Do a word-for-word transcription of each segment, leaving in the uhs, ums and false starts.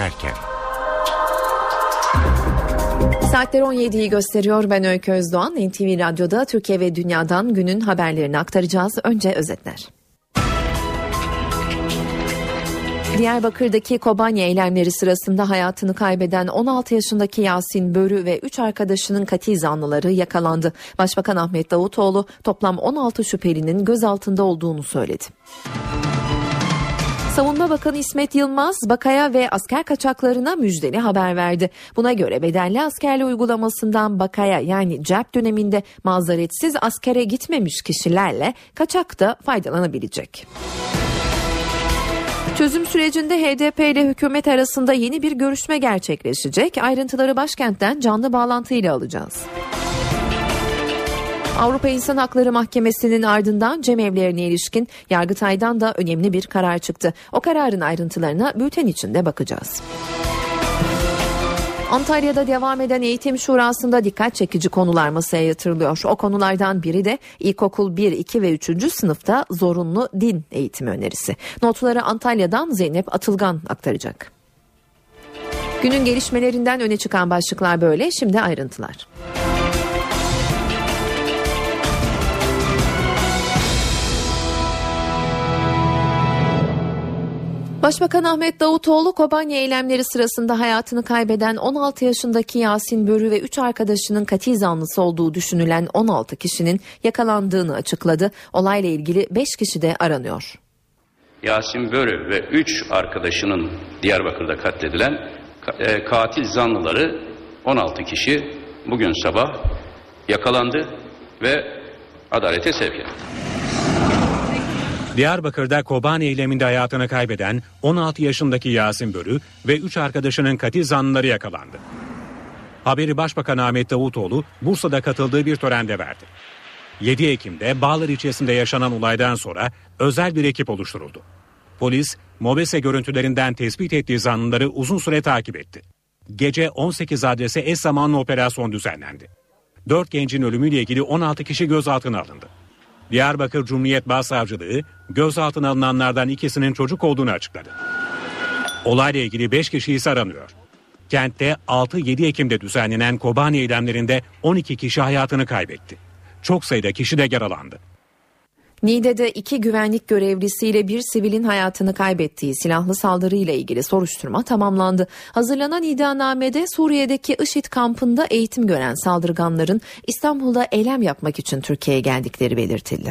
dönerken. Saatler on yediyi gösteriyor. Ben Öykü Özdoğan. N T V Radyo'da Türkiye ve dünyadan günün haberlerini aktaracağız. Önce özetler. Diyarbakır'daki Kobani eylemleri sırasında hayatını kaybeden on altı yaşındaki Yasin Börü ve üç arkadaşının katil zanlıları yakalandı. Başbakan Ahmet Davutoğlu toplam on altı şüphelinin gözaltında olduğunu söyledi. Savunma Bakanı İsmet Yılmaz, Bakaya ve asker kaçaklarına müjdeli haber verdi. Buna göre bedelli askerli uygulamasından Bakaya yani cep döneminde mazeretsiz askere gitmemiş kişilerle kaçak da faydalanabilecek. Çözüm sürecinde H D P ile hükümet arasında yeni bir görüşme gerçekleşecek. Ayrıntıları başkentten canlı bağlantıyla alacağız. Avrupa İnsan Hakları Mahkemesi'nin ardından cemevlerine ilişkin Yargıtay'dan da önemli bir karar çıktı. O kararın ayrıntılarına bülten içinde bakacağız. Antalya'da devam eden eğitim şurasında dikkat çekici konular masaya yatırılıyor. O konulardan biri de ilkokul bir, iki ve üçüncü sınıfta zorunlu din eğitimi önerisi. Notları Antalya'dan Zeynep Atılgan aktaracak. Günün gelişmelerinden öne çıkan başlıklar böyle. Şimdi ayrıntılar. Başbakan Ahmet Davutoğlu, Kobani eylemleri sırasında hayatını kaybeden on altı yaşındaki Yasin Börü ve üç arkadaşının katil zanlısı olduğu düşünülen on altı kişinin yakalandığını açıkladı. Olayla ilgili beş kişi de aranıyor. Yasin Börü ve üç arkadaşının Diyarbakır'da katledilen katil zanlıları on altı kişi bugün sabah yakalandı ve adalete sevk edildi. Diyarbakır'da Kobani eyleminde hayatını kaybeden on altı yaşındaki Yasin Börü ve üç arkadaşının katil zanlıları yakalandı. Haberi Başbakan Ahmet Davutoğlu Bursa'da katıldığı bir törende verdi. yedi Ekim'de Bağlar ilçesinde yaşanan olaydan sonra özel bir ekip oluşturuldu. Polis, MOBESE görüntülerinden tespit ettiği zanlıları uzun süre takip etti. Gece on sekiz adrese eş zamanlı operasyon düzenlendi. dört gencin ölümüyle ilgili on altı kişi gözaltına alındı. Diyarbakır Cumhuriyet Başsavcılığı gözaltına alınanlardan ikisinin çocuk olduğunu açıkladı. Olayla ilgili beş kişi ise aranıyor. Kentte altı yedi Ekim'de düzenlenen Kobani eylemlerinde on iki kişi hayatını kaybetti. Çok sayıda kişi de yaralandı. Niğde'de iki güvenlik görevlisiyle bir sivilin hayatını kaybettiği silahlı saldırıyla ilgili soruşturma tamamlandı. Hazırlanan iddianamede Suriye'deki IŞİD kampında eğitim gören saldırganların İstanbul'da eylem yapmak için Türkiye'ye geldikleri belirtildi.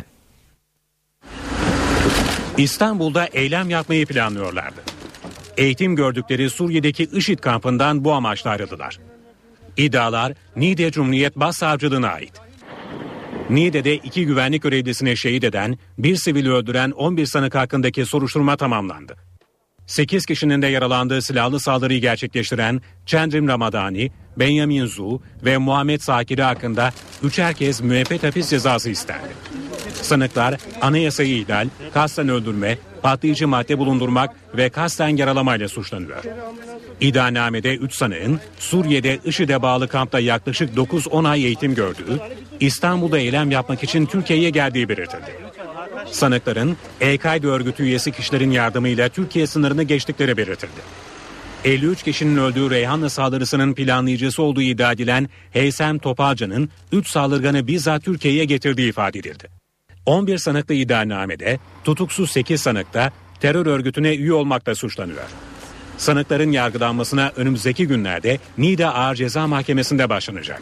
İstanbul'da eylem yapmayı planlıyorlardı. Eğitim gördükleri Suriye'deki IŞİD kampından bu amaçla ayrıldılar. İddialar Niğde Cumhuriyet Başsavcılığına ait. Niğde'de iki güvenlik görevlisini şehit eden, bir sivili öldüren on bir sanık hakkındaki soruşturma tamamlandı. sekiz kişinin de yaralandığı silahlı saldırıyı gerçekleştiren Çendrim Ramadani, Benyamin Zu ve Muhammed Sakiri hakkında üçer kez müebbet hapis cezası istendi. Sanıklar anayasayı ihlal, kasten öldürme, patlayıcı madde bulundurmak ve kasten yaralamayla suçlanıyor. İddianamede üç sanığın Suriye'de IŞİD'e bağlı kampta yaklaşık dokuz on ay eğitim gördüğü, İstanbul'da eylem yapmak için Türkiye'ye geldiği belirtildi. Sanıkların El-Kaide örgütü üyesi kişilerin yardımıyla Türkiye sınırını geçtikleri belirtildi. elli üç kişinin öldüğü Reyhanlı saldırısının planlayıcısı olduğu iddia edilen Heysem Topalcı'nın üç saldırganı bizzat Türkiye'ye getirdiği ifade edildi. on bir sanıklı iddianamede tutuksuz sekiz sanık da terör örgütüne üye olmakla suçlanıyor. Sanıkların yargılanmasına önümüzdeki günlerde Niğde Ağır Ceza Mahkemesi'nde başlanacak.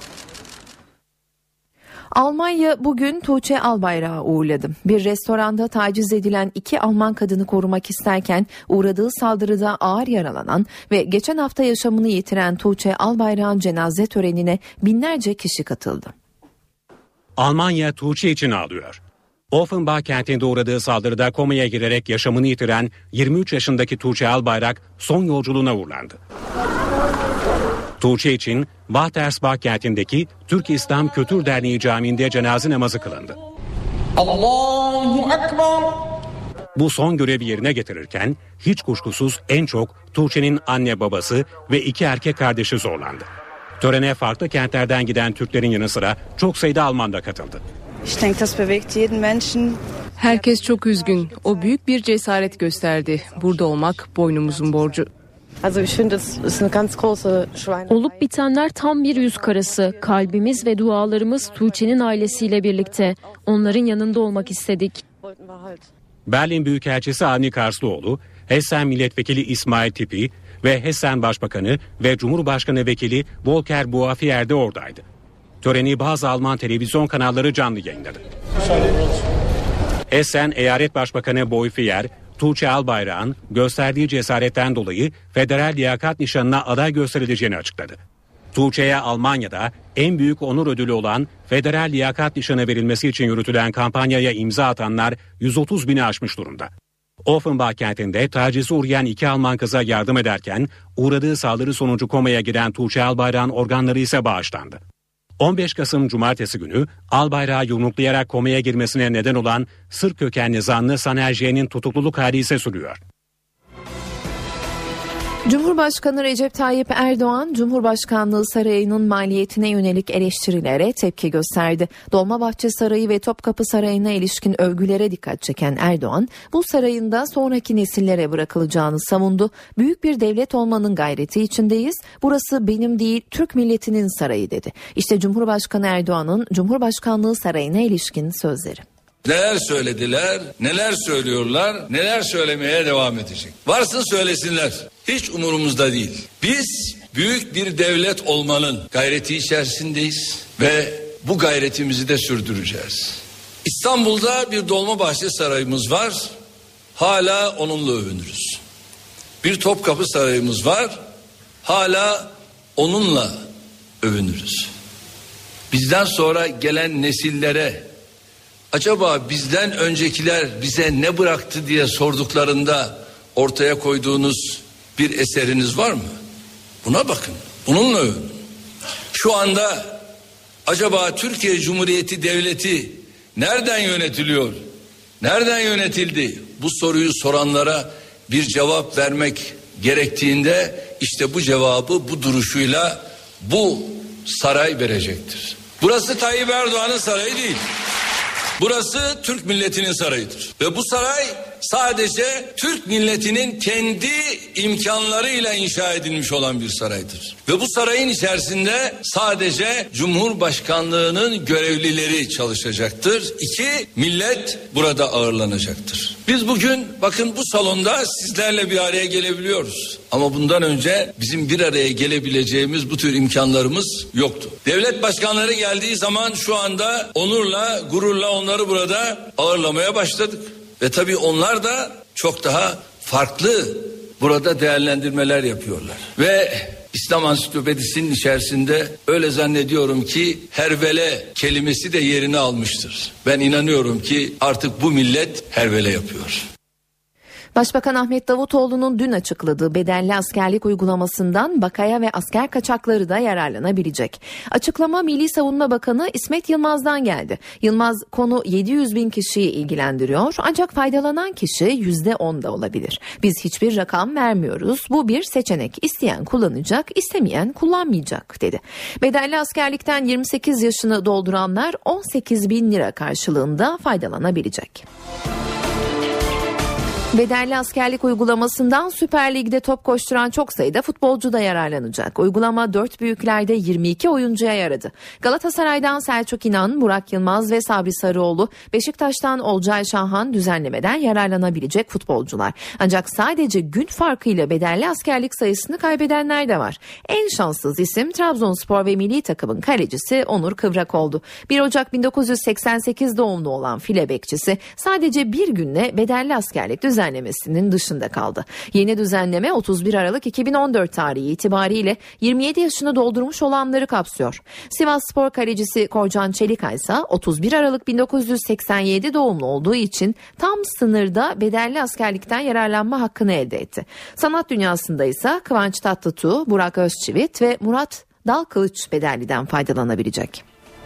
Almanya bugün Tuğçe Albayrak'ı uğurladı. Bir restoranda taciz edilen iki Alman kadını korumak isterken uğradığı saldırıda ağır yaralanan ve geçen hafta yaşamını yitiren Tuğçe Albayrak'ın cenaze törenine binlerce kişi katıldı. Almanya Tuğçe için ağlıyor. Offenbach kentinde uğradığı saldırıda komaya girerek yaşamını yitiren yirmi üç yaşındaki Tuğçe Albayrak son yolculuğuna uğurlandı. Tuğçe için Waltersbach kentindeki Türk İslam Kültür Derneği Camii'nde cenaze namazı kılındı. Allahu Ekber. Bu son görevi yerine getirirken hiç kuşkusuz en çok Tuğçe'nin anne babası ve iki erkek kardeşi zorlandı. Törene farklı kentlerden giden Türklerin yanı sıra çok sayıda Alman da katıldı. Herkes çok üzgün. O büyük bir cesaret gösterdi. Burada olmak boynumuzun borcu. Olup bitenler tam bir yüz karası. Kalbimiz ve dualarımız Tuğçe'nin ailesiyle birlikte. Onların yanında olmak istedik. Berlin Büyükelçisi Avni Karslıoğlu, Hessen Milletvekili İsmail Tipi ve Hessen Başbakanı ve Cumhurbaşkanı Vekili Volker Boafier de oradaydı. Töreni bazı Alman televizyon kanalları canlı yayınladı. Hessen Eyalet Başbakanı Boafier, Tuğçe Albayrak'ın gösterdiği cesaretten dolayı federal liyakat nişanına aday gösterileceğini açıkladı. Tuğçe'ye Almanya'da en büyük onur ödülü olan federal liyakat nişanı verilmesi için yürütülen kampanyaya imza atanlar yüz otuz bini aşmış durumda. Offenbach kentinde tacize uğrayan iki Alman kıza yardım ederken uğradığı saldırı sonucu komaya giren Tuğçe Albayrak'ın organları ise bağışlandı. on beş Kasım Cumartesi günü Albayrak'ı yumruklayarak komaya girmesine neden olan Sırp kökenli zanlı Saner J'nin tutukluluk hali ise sürüyor. Cumhurbaşkanı Recep Tayyip Erdoğan, Cumhurbaşkanlığı Sarayı'nın maliyetine yönelik eleştirilere tepki gösterdi. Dolmabahçe Sarayı ve Topkapı Sarayı'na ilişkin övgülere dikkat çeken Erdoğan, bu sarayın da sonraki nesillere bırakılacağını savundu. Büyük bir devlet olmanın gayreti içindeyiz. Burası benim değil, Türk milletinin sarayı dedi. İşte Cumhurbaşkanı Erdoğan'ın Cumhurbaşkanlığı Sarayı'na ilişkin sözleri. Neler söylediler, neler söylüyorlar, neler söylemeye devam edecek. Varsın söylesinler. Hiç umurumuzda değil. Biz büyük bir devlet olmanın gayreti içerisindeyiz ve bu gayretimizi de sürdüreceğiz. İstanbul'da bir Dolmabahçe Sarayımız var. Hala onunla övünürüz. Bir Topkapı Sarayımız var. Hala onunla övünürüz. Bizden sonra gelen nesillere acaba bizden öncekiler bize ne bıraktı diye sorduklarında ortaya koyduğunuz bir eseriniz var mı? Buna bakın. Bununla övün. Şu anda acaba Türkiye Cumhuriyeti Devleti nereden yönetiliyor? Nereden yönetildi? Bu soruyu soranlara bir cevap vermek gerektiğinde işte bu cevabı bu duruşuyla bu saray verecektir. Burası Tayyip Erdoğan'ın sarayı değil. Burası Türk milletinin sarayıdır. Ve bu saray sadece Türk milletinin kendi imkanlarıyla inşa edilmiş olan bir saraydır. Ve bu sarayın içerisinde sadece Cumhurbaşkanlığının görevlileri çalışacaktır. İki, millet burada ağırlanacaktır. Biz bugün bakın bu salonda sizlerle bir araya gelebiliyoruz. Ama bundan önce bizim bir araya gelebileceğimiz bu tür imkanlarımız yoktu. Devlet başkanları geldiği zaman şu anda onurla, gururla onları burada ağırlamaya başladık. Ve tabii onlar da çok daha farklı burada değerlendirmeler yapıyorlar. Ve İslam Ansiklopedisi'nin içerisinde öyle zannediyorum ki hervele kelimesi de yerini almıştır. Ben inanıyorum ki artık bu millet hervele yapıyor. Başbakan Ahmet Davutoğlu'nun dün açıkladığı bedelli askerlik uygulamasından bakaya ve asker kaçakları da yararlanabilecek. Açıklama Milli Savunma Bakanı İsmet Yılmaz'dan geldi. Yılmaz, konu yedi yüz bin kişiyi ilgilendiriyor ancak faydalanan kişi yüzde on da olabilir. Biz hiçbir rakam vermiyoruz. Bu bir seçenek. İsteyen kullanacak, istemeyen kullanmayacak dedi. Bedelli askerlikten yirmi sekiz yaşını dolduranlar on sekiz bin lira karşılığında faydalanabilecek. Bedelli askerlik uygulamasından Süper Lig'de top koşturan çok sayıda futbolcu da yararlanacak. Uygulama dört büyüklerde yirmi iki oyuncuya yaradı. Galatasaray'dan Selçuk İnan, Burak Yılmaz ve Sabri Sarıoğlu, Beşiktaş'tan Olcay Şahan düzenlemeden yararlanabilecek futbolcular. Ancak sadece gün farkıyla bedelli askerlik sayısını kaybedenler de var. En şanssız isim Trabzonspor ve milli takımın kalecisi Onur Kıvrak oldu. bir Ocak bin dokuz yüz seksen sekiz doğumlu olan file bekçisi sadece bir günle bedelli askerlik düzenlemesi düzenlemesinin dışında kaldı. Yeni düzenleme otuz bir Aralık iki bin on dört tarihi itibariyle yirmi yedi yaşını doldurmuş olanları kapsıyor. Sivasspor kalecisi Korcan Çelikay ise otuz bir Aralık bin dokuz yüz seksen yedi doğumlu olduğu için tam sınırda bedelli askerlikten yararlanma hakkını elde etti. Sanat dünyasında ise Kıvanç Tatlıtuğ, Burak Özçivit ve Murat Dalkılıç bedelliden faydalanabilecek.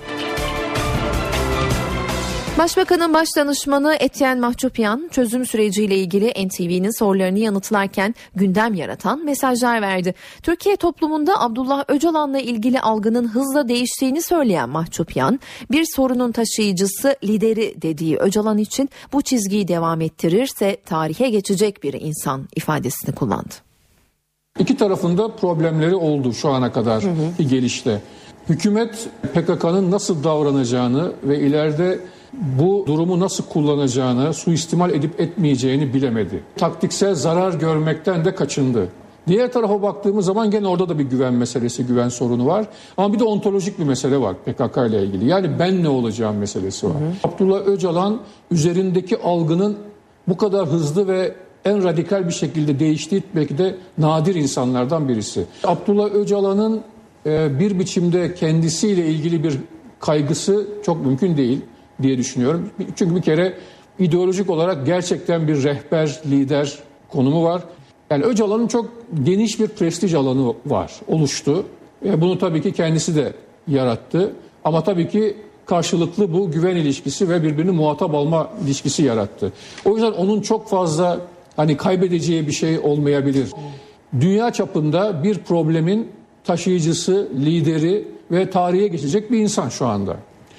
Başbakanın baş danışmanı Etienne Mahçupyan çözüm süreciyle ilgili N T V'nin sorularını yanıtlarken gündem yaratan mesajlar verdi. Türkiye toplumunda Abdullah Öcalan'la ilgili algının hızla değiştiğini söyleyen Mahçupyan, bir sorunun taşıyıcısı, lideri dediği Öcalan için bu çizgiyi devam ettirirse tarihe geçecek bir insan ifadesini kullandı. İki tarafında problemleri oldu şu ana kadar bir gelişte. Hükümet P K K'nın nasıl davranacağını ve ileride bu durumu nasıl kullanacağını, suistimal edip etmeyeceğini bilemedi. Taktiksel zarar görmekten de kaçındı. Diğer tarafa baktığımız zaman gene orada da bir güven meselesi, güven sorunu var. Ama bir de ontolojik bir mesele var P K K ile ilgili. Yani ben ne olacağım meselesi var. Hı hı. Abdullah Öcalan üzerindeki algının bu kadar hızlı ve en radikal bir şekilde değiştiği belki de nadir insanlardan birisi. Abdullah Öcalan'ın e, bir biçimde kendisiyle ilgili bir kaygısı çok mümkün değil diye düşünüyorum. Çünkü bir kere ideolojik olarak gerçekten bir rehber, lider konumu var. Yani Öcalan'ın çok geniş bir prestij alanı var, oluştu. E, bunu tabii ki kendisi de yarattı. Ama tabii ki karşılıklı bu güven ilişkisi ve birbirini muhatap alma ilişkisi yarattı. O yüzden onun çok fazla hani kaybedeceği bir şey olmayabilir. Dünya çapında bir problemin taşıyıcısı, lideri ve tarihe geçecek bir insan şu anda.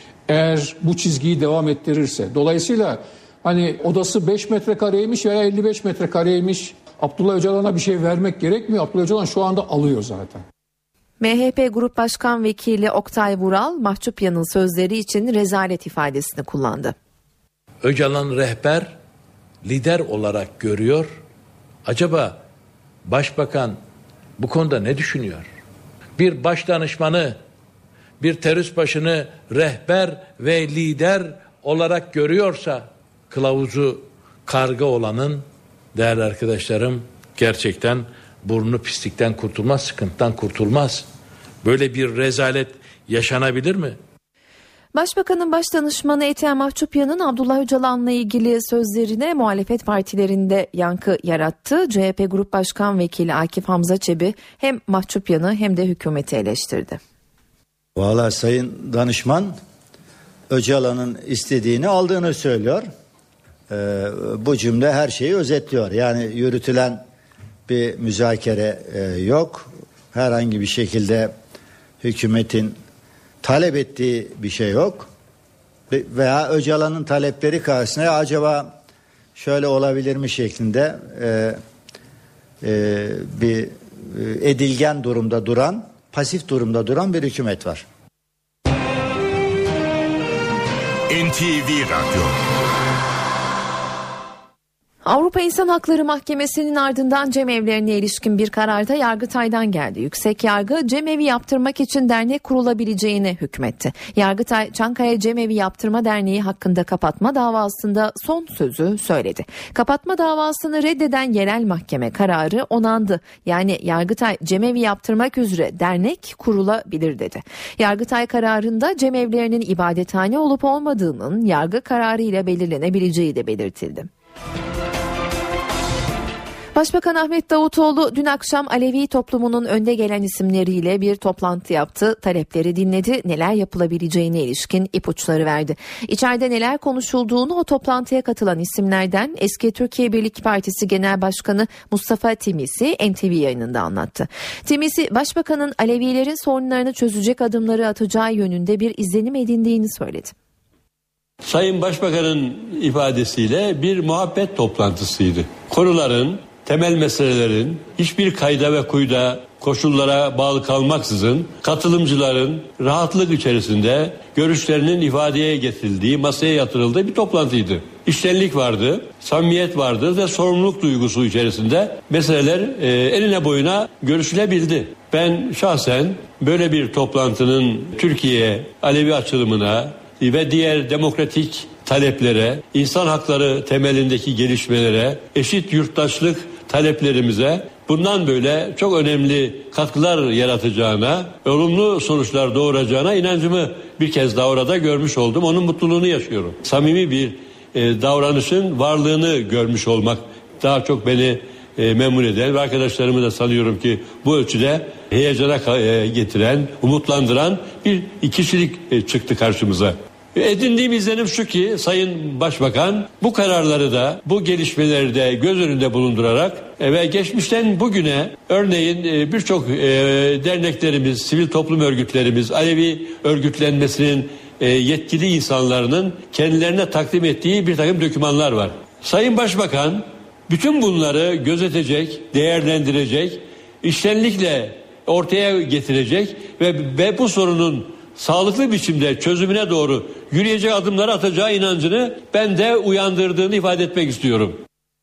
Eğer bu çizgiyi devam ettirirse. Dolayısıyla hani odası beş metrekareymiş veya elli beş metrekareymiş, Abdullah Öcalan'a bir şey vermek gerekmiyor. Abdullah Öcalan şu anda alıyor zaten. M H P Grup Başkan Vekili Oktay Vural, Mahçupyan'ın sözleri için rezalet ifadesini kullandı. Öcalan rehber, lider olarak görüyor. Acaba Başbakan bu konuda ne düşünüyor? Bir başdanışmanı, bir terörist başını rehber ve lider olarak görüyorsa, kılavuzu karga olanın, değerli arkadaşlarım, gerçekten burnu pislikten kurtulmaz, sıkıntıdan kurtulmaz. Böyle bir rezalet yaşanabilir mi? Başbakanın başdanışmanı Ethem Mahçupyan'ın Abdullah Öcalan'la ilgili sözlerine muhalefet partilerinde yankı yarattı. C H P Grup Başkan Vekili Akif Hamza Çebi hem Mahçupyan'ı hem de hükümeti eleştirdi. Valla Sayın Danışman Öcalan'ın istediğini aldığını söylüyor. Ee, bu cümle her şeyi özetliyor. Yani yürütülen bir müzakere e, yok. Herhangi bir şekilde hükümetin talep ettiği bir şey yok. Veya Öcalan'ın talepleri karşısında acaba şöyle olabilir mi şeklinde e, e, bir e, edilgen durumda duran, pasif durumda duran bir hükümet var. N T V Radyo. Avrupa İnsan Hakları Mahkemesi'nin ardından cemevlerine ilişkin bir kararda Yargıtay'dan geldi. Yüksek Yargı cemevi yaptırmak için dernek kurulabileceğine hükmetti. Yargıtay, Çankaya Cemevi Yaptırma Derneği hakkında kapatma davasında son sözü söyledi. Kapatma davasını reddeden yerel mahkeme kararı onandı. Yani Yargıtay cemevi yaptırmak üzere dernek kurulabilir dedi. Yargıtay kararında cemevlerinin ibadethane olup olmadığının yargı kararı ile belirlenebileceği de belirtildi. Başbakan Ahmet Davutoğlu dün akşam Alevi toplumunun önde gelen isimleriyle bir toplantı yaptı. Talepleri dinledi, neler yapılabileceğine ilişkin ipuçları verdi. İçeride neler konuşulduğunu o toplantıya katılan isimlerden eski Türkiye Birlik Partisi Genel Başkanı Mustafa Timisi N T V yayınında anlattı. Timisi, Başbakanın Alevilerin sorunlarını çözecek adımları atacağı yönünde bir izlenim edindiğini söyledi. Sayın Başbakan'ın ifadesiyle bir muhabbet toplantısıydı. Konuların, temel meselelerin hiçbir kayda ve kuyda koşullara bağlı kalmaksızın katılımcıların rahatlık içerisinde görüşlerinin ifadeye getirildiği, masaya yatırıldığı bir toplantıydı. İştenlik vardı, samimiyet vardı ve sorumluluk duygusu içerisinde meseleler e, eline boyuna görüşülebildi. Ben şahsen böyle bir toplantının Türkiye Alevi açılımına ve diğer demokratik taleplere, insan hakları temelindeki gelişmelere, eşit yurttaşlık taleplerimize bundan böyle çok önemli katkılar yaratacağına, olumlu sonuçlar doğuracağına inancımı bir kez daha orada görmüş oldum. Onun mutluluğunu yaşıyorum. Samimi bir e, davranışın varlığını görmüş olmak daha çok beni e, memnun eder ve arkadaşlarımı da sanıyorum ki bu ölçüde heyecana e, getiren, umutlandıran bir kişilik e, çıktı karşımıza. Edindiğim izlenim şu ki Sayın Başbakan bu kararları da bu gelişmeleri de göz önünde bulundurarak ve geçmişten bugüne örneğin birçok derneklerimiz, sivil toplum örgütlerimiz, Alevi örgütlenmesinin yetkili insanlarının kendilerine takdim ettiği bir takım dokümanlar var. Sayın Başbakan bütün bunları gözetecek, değerlendirecek içtenlikle ortaya getirecek ve, ve bu sorunun sağlıklı biçimde çözümüne doğru yürüyecek adımları atacağı inancını ben de uyandırdığını ifade etmek istiyorum.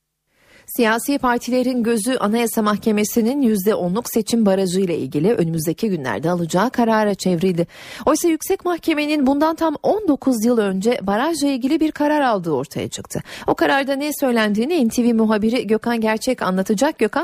Siyasi partilerin gözü Anayasa Mahkemesi'nin yüzde onluk seçim barajı ile ilgili önümüzdeki günlerde alacağı karara çevrildi. Oysa Yüksek Mahkemenin bundan tam on dokuz yıl önce barajla ilgili bir karar aldığı ortaya çıktı. O kararda ne söylendiğini N T V muhabiri Gökhan Gerçek anlatacak. Gökhan.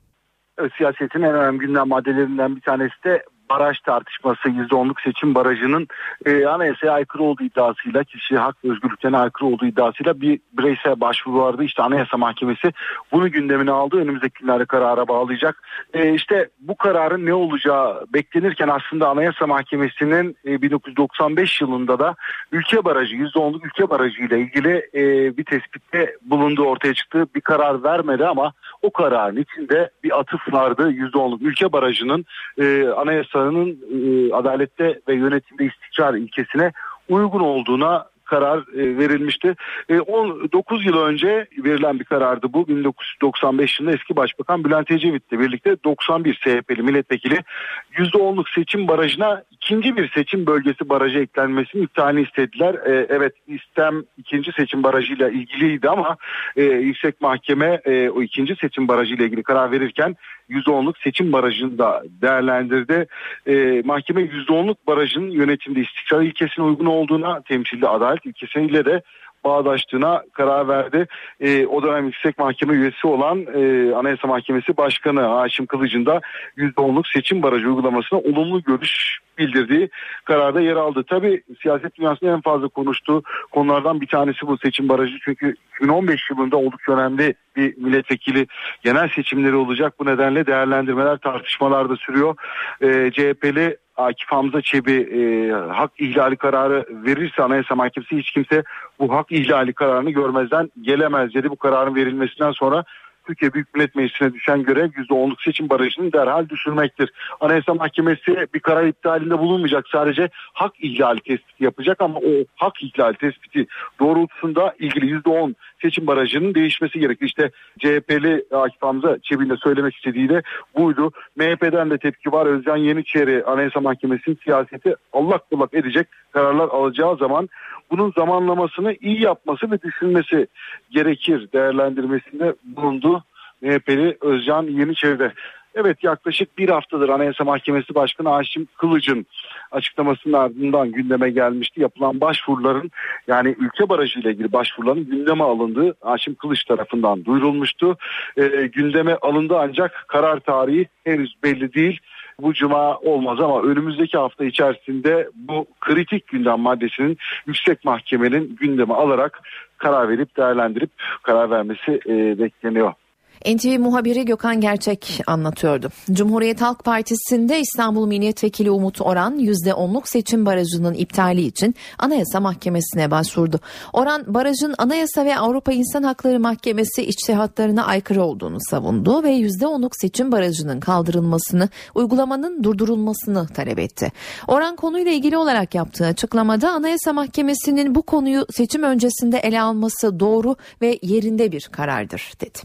Siyasetin en önemli gündem maddelerinden bir tanesi de baraj tartışması. yüzde onluk seçim barajının e, anayasaya aykırı olduğu iddiasıyla, kişi hak ve özgürlüklerine aykırı olduğu iddiasıyla bir bireysel başvuru vardı. İşte Anayasa Mahkemesi bunu gündemine aldı. Önümüzdeki günlerde karara bağlayacak. E, işte bu kararın ne olacağı beklenirken aslında Anayasa Mahkemesi'nin e, bin dokuz yüz doksan beş yılında da ülke barajı, yüzde onluk ülke barajı ile ilgili e, bir tespitte bulunduğu ortaya çıktı. Bir karar vermedi ama o kararın içinde bir atıf vardı. yüzde onluk ülke barajının e, anayasa e, adalette ve yönetimde istikrar ilkesine uygun olduğuna karar e, verilmişti. E, on dokuz yıl önce verilen bir karardı bu. bin dokuz yüz doksan beş yılında eski Başbakan Bülent Ecevit'le birlikte doksan bir C H P'li milletvekili yüzde onluk seçim barajına ikinci bir seçim bölgesi barajı eklenmesini iptalini istediler. E, evet istem ikinci seçim barajıyla ilgiliydi ama e, Yüksek Mahkeme e, o ikinci seçim barajıyla ilgili karar verirken yüzde onluk seçim barajını da değerlendirdi. E, mahkeme yüzde onluk barajın yönetimde istikrar ilkesine uygun olduğuna, temsilde adalet ilkesiyle de bağdaştığına karar verdi. E, o dönem Yüksek Mahkeme üyesi olan e, Anayasa Mahkemesi Başkanı Haşim Kılıç'ın da yüzde onluk seçim barajı uygulamasına olumlu görüş bildirdiği kararda yer aldı. Tabii siyaset dünyasında en fazla konuştuğu konulardan bir tanesi bu seçim barajı. Çünkü iki bin on beş yılında oldukça önemli bir milletvekili genel seçimleri olacak. Bu nedenle değerlendirmeler, tartışmalar da sürüyor. E, C H P'li Akif Hamza Çebi e, hak ihlali kararı verirse Anayasa Mahkemesi hiç kimse bu hak ihlali kararını görmezden gelemez dedi. Bu kararın verilmesinden sonra Türkiye Büyük Millet Meclisi'ne düşen görev yüzde onluk seçim barajını derhal düşürmektir. Anayasa Mahkemesi bir karar iptalinde bulunmayacak. Sadece hak ihlali tespiti yapacak ama o hak ihlali tespiti doğrultusunda ilgili yüzde on seçim barajının değişmesi gerekli. İşte C H P'li Akif Hamza Çebi'nin de söylemek istediği de buydu. M H P'den de tepki var. Özcan Yeniçeri Anayasa Mahkemesi'nin siyaseti allak bullak edecek kararlar alacağı zaman bunun zamanlamasını iyi yapması ve düşünmesi gerekir değerlendirmesinde bulundu M H P'li Özcan Yeniçeri'de. Evet, yaklaşık bir haftadır Anayasa Mahkemesi Başkanı Haşim Kılıç'ın açıklamasının ardından gündeme gelmişti. Yapılan başvuruların, yani ülke barajı ile ilgili başvuruların gündeme alındığı Haşim Kılıç tarafından duyurulmuştu. E, gündeme alındı ancak karar tarihi henüz belli değil. Bu cuma olmaz ama önümüzdeki hafta içerisinde bu kritik gündem maddesinin Yüksek Mahkemenin gündeme alarak karar verip değerlendirip karar vermesi e, bekleniyor. N T V muhabiri Gökhan Gerçek anlatıyordu. Cumhuriyet Halk Partisi'nde İstanbul Milletvekili Umut Oran yüzde onluk seçim barajının iptali için Anayasa Mahkemesi'ne başvurdu. Oran, barajın Anayasa ve Avrupa İnsan Hakları Mahkemesi içtihatlarına aykırı olduğunu savundu ve yüzde onluk seçim barajının kaldırılmasını, uygulamanın durdurulmasını talep etti. Oran konuyla ilgili olarak yaptığı açıklamada Anayasa Mahkemesi'nin bu konuyu seçim öncesinde ele alması doğru ve yerinde bir karardır dedi.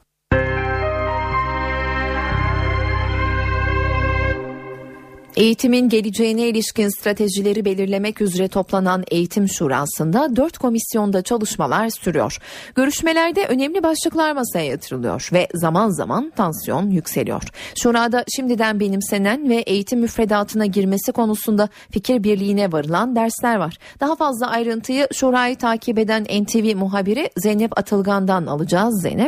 Eğitimin geleceğine ilişkin stratejileri belirlemek üzere toplanan Eğitim Şurası'nda dört komisyonda çalışmalar sürüyor. Görüşmelerde önemli başlıklar masaya yatırılıyor ve zaman zaman tansiyon yükseliyor. Şurada şimdiden benimsenen ve eğitim müfredatına girmesi konusunda fikir birliğine varılan dersler var. Daha fazla ayrıntıyı Şura'yı takip eden N T V muhabiri Zeynep Atılgan'dan alacağız. Zeynep.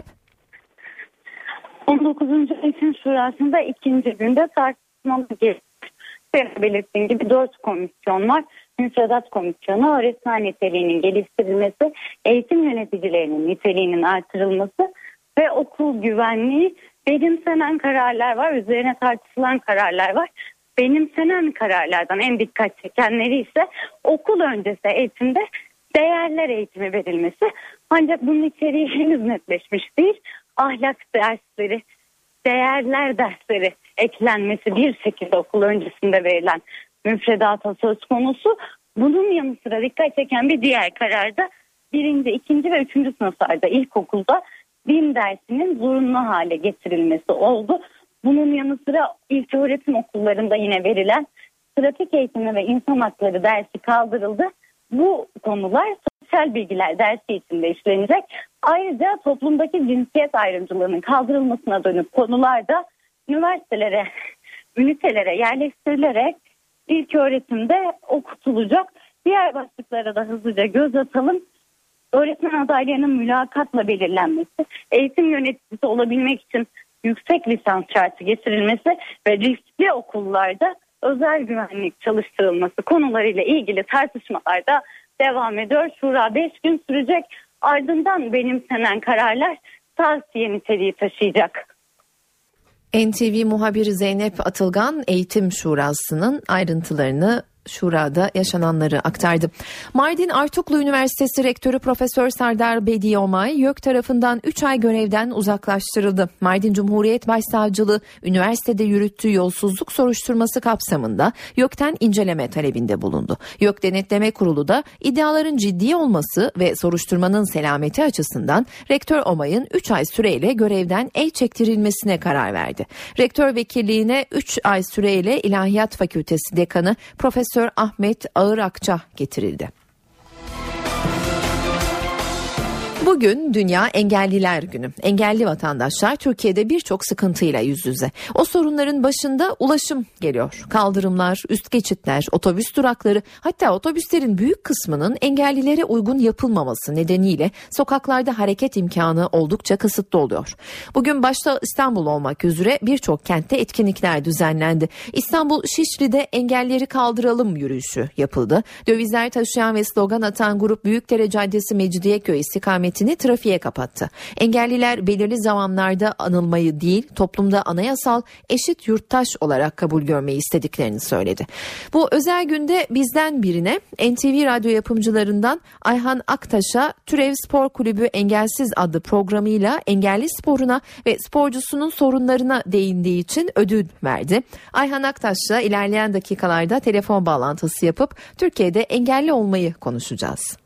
on dokuzuncu Eğitim Şurası'nda ikinci günde tartışmalı geçti. Senin belirttiğin gibi dört komisyon var. Müfredat Komisyonu, öğretmen niteliğinin geliştirilmesi, eğitim yöneticilerinin niteliğinin artırılması ve okul güvenliği. Benimsenen kararlar var, üzerine tartışılan kararlar var. Benimsenen kararlardan en dikkat çekenleri ise okul öncesi eğitimde değerler eğitimi verilmesi. Ancak bunun içeriği henüz netleşmiş değil. Ahlak dersleri, değerler dersleri eklenmesi bir şekilde okul öncesinde verilen müfredata söz konusu. Bunun yanı sıra dikkat çeken bir diğer kararda birinci, ikinci ve üçüncü sınıflarda ilkokulda din dersinin zorunlu hale getirilmesi oldu. Bunun yanı sıra ilköğretim okullarında yine verilen pratik eğitimi ve insan hakları dersi kaldırıldı. Bu konular sosyal bilgiler dersi içinde işlenecek. Ayrıca toplumdaki cinsiyet ayrımcılığının kaldırılmasına dönük konular da üniversitelere, ünitelere yerleştirilerek ilköğretimde okutulacak. Diğer başlıklara da hızlıca göz atalım. Öğretmen adaylarının mülakatla belirlenmesi, eğitim yöneticisi olabilmek için yüksek lisans şartı getirilmesi ve riskli okullarda özel güvenlik çalıştırılması konularıyla ilgili tartışmalar da devam ediyor. Şura beş gün sürecek, ardından benimsenen kararlar tavsiye niteliği taşıyacak. N T V muhabiri Zeynep Atılgan Eğitim Şurası'nın ayrıntılarını, Şura'da yaşananları aktardı. Mardin Artuklu Üniversitesi Rektörü Profesör Serdar Bedi Omay, YÖK tarafından üç ay görevden uzaklaştırıldı. Mardin Cumhuriyet Başsavcılığı üniversitede yürüttüğü yolsuzluk soruşturması kapsamında YÖK'ten inceleme talebinde bulundu. YÖK Denetleme Kurulu da iddiaların ciddi olması ve soruşturmanın selameti açısından Rektör Omay'ın üç ay süreyle görevden el çektirilmesine karar verdi. Rektör vekilliğine üç ay süreyle İlahiyat Fakültesi Dekanı Profesör Ahmet Ağır Akça getirildi. Bugün Dünya Engelliler Günü. Engelli vatandaşlar Türkiye'de birçok sıkıntıyla yüz yüze. O sorunların başında ulaşım geliyor. Kaldırımlar, üst geçitler, otobüs durakları, hatta otobüslerin büyük kısmının engellilere uygun yapılmaması nedeniyle sokaklarda hareket imkanı oldukça kısıtlı oluyor. Bugün başta İstanbul olmak üzere birçok kentte etkinlikler düzenlendi. İstanbul Şişli'de engelleri kaldıralım yürüyüşü yapıldı. Dövizler taşıyan ve slogan atan grup Büyükdere Caddesi Mecidiyeköy istikametini trafiğe kapattı. Engelliler belirli zamanlarda anılmayı değil, toplumda anayasal eşit yurttaş olarak kabul görmeyi istediklerini söyledi. Bu özel günde bizden birine N T V radyo yapımcılarından Ayhan Aktaş'a Türev Spor Kulübü Engelsiz adlı programıyla engelli sporuna ve sporcusunun sorunlarına değindiği için ödül verdi. Ayhan Aktaş'la ilerleyen dakikalarda telefon bağlantısı yapıp Türkiye'de engelli olmayı konuşacağız.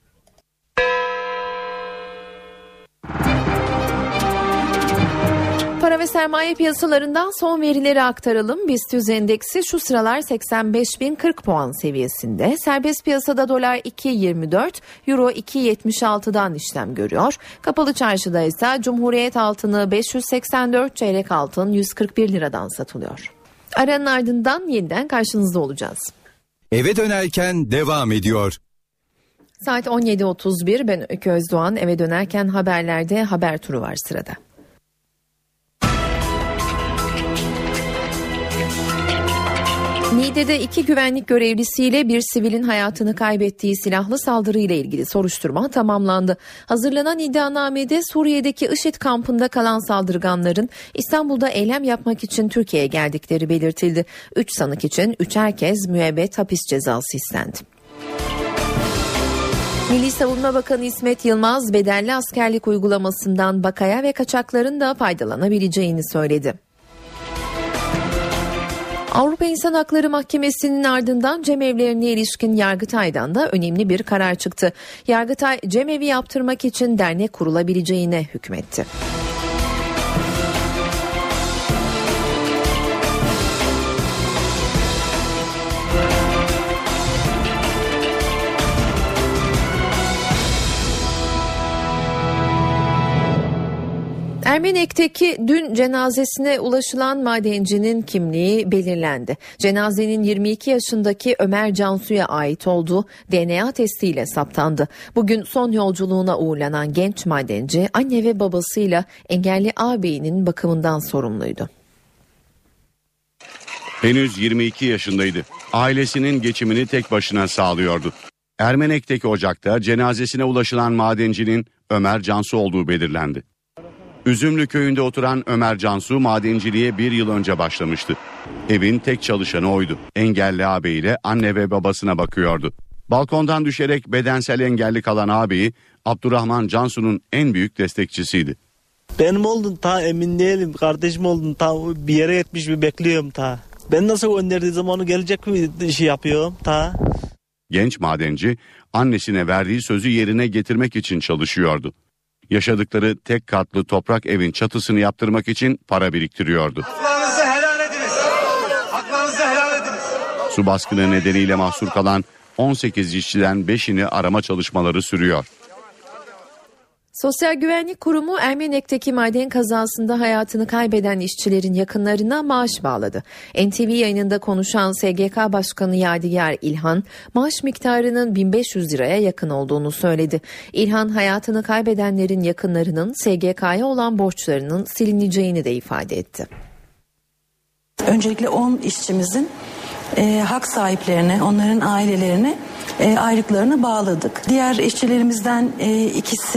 Para ve sermaye piyasalarından son verileri aktaralım. BIST yüz endeksi şu sıralar seksen beş bin kırk puan seviyesinde. Serbest piyasada dolar iki virgül yirmi dört, euro iki virgül yetmiş altıdan işlem görüyor. Kapalı çarşıda ise Cumhuriyet altını beş yüz seksen dört, çeyrek altın yüz kırk bir liradan satılıyor. Aranın ardından yeniden karşınızda olacağız. Eve dönerken devam ediyor. Saat on yedi otuz bir, ben Öykü Özdoğan. Eve dönerken haberlerde haber turu var sırada. Niğde'de iki güvenlik görevlisiyle bir sivilin hayatını kaybettiği silahlı saldırıyla ilgili soruşturma tamamlandı. Hazırlanan iddianamede Suriye'deki IŞİD kampında kalan saldırganların İstanbul'da eylem yapmak için Türkiye'ye geldikleri belirtildi. Üç sanık için üçer kez müebbet hapis cezası istendi. Milli Savunma Bakanı İsmet Yılmaz bedelli askerlik uygulamasından bakaya ve kaçakların da faydalanabileceğini söyledi. Avrupa İnsan Hakları Mahkemesi'nin ardından cemevlerine ilişkin Yargıtay'dan da önemli bir karar çıktı. Yargıtay cemevi yaptırmak için dernek kurulabileceğine hükmetti. Ermenek'teki dün cenazesine ulaşılan madencinin kimliği belirlendi. Cenazenin yirmi iki yaşındaki Ömer Cansu'ya ait olduğu D N A testiyle saptandı. Bugün son yolculuğuna uğurlanan genç madenci anne ve babasıyla engelli ağabeyinin bakımından sorumluydu. Henüz yirmi iki yaşındaydı. Ailesinin geçimini tek başına sağlıyordu. Ermenek'teki ocakta cenazesine ulaşılan madencinin Ömer Cansu olduğu belirlendi. Üzümlü köyünde oturan Ömer Cansu madenciliğe bir yıl önce başlamıştı. Evin tek çalışanı oydu. Engelli ağabeyiyle anne ve babasına bakıyordu. Balkondan düşerek bedensel engelli kalan ağabeyi Abdurrahman Cansu'nun en büyük destekçisiydi. Benim oldun ta emin değilim. Kardeşim oldun ta bir yere yetmiş bir bekliyorum ta. Ben nasıl gönderdiği zaman onu gelecek bir şey yapıyorum ta. Genç madenci annesine verdiği sözü yerine getirmek için çalışıyordu. Yaşadıkları tek katlı toprak evin çatısını yaptırmak için para biriktiriyordu. Su baskını nedeniyle mahsur kalan on sekiz işçiden beşini arama çalışmaları sürüyor. Sosyal Güvenlik Kurumu Ermenek'teki maden kazasında hayatını kaybeden işçilerin yakınlarına maaş bağladı. N T V yayınında konuşan S G K Başkanı Yadigar İlhan, maaş miktarının bin beş yüz liraya yakın olduğunu söyledi. İlhan, hayatını kaybedenlerin yakınlarının S G K'ya olan borçlarının silineceğini de ifade etti. Öncelikle on işçimizin e, hak sahiplerine, onların ailelerine E, aylıklarını bağladık. Diğer işçilerimizden e,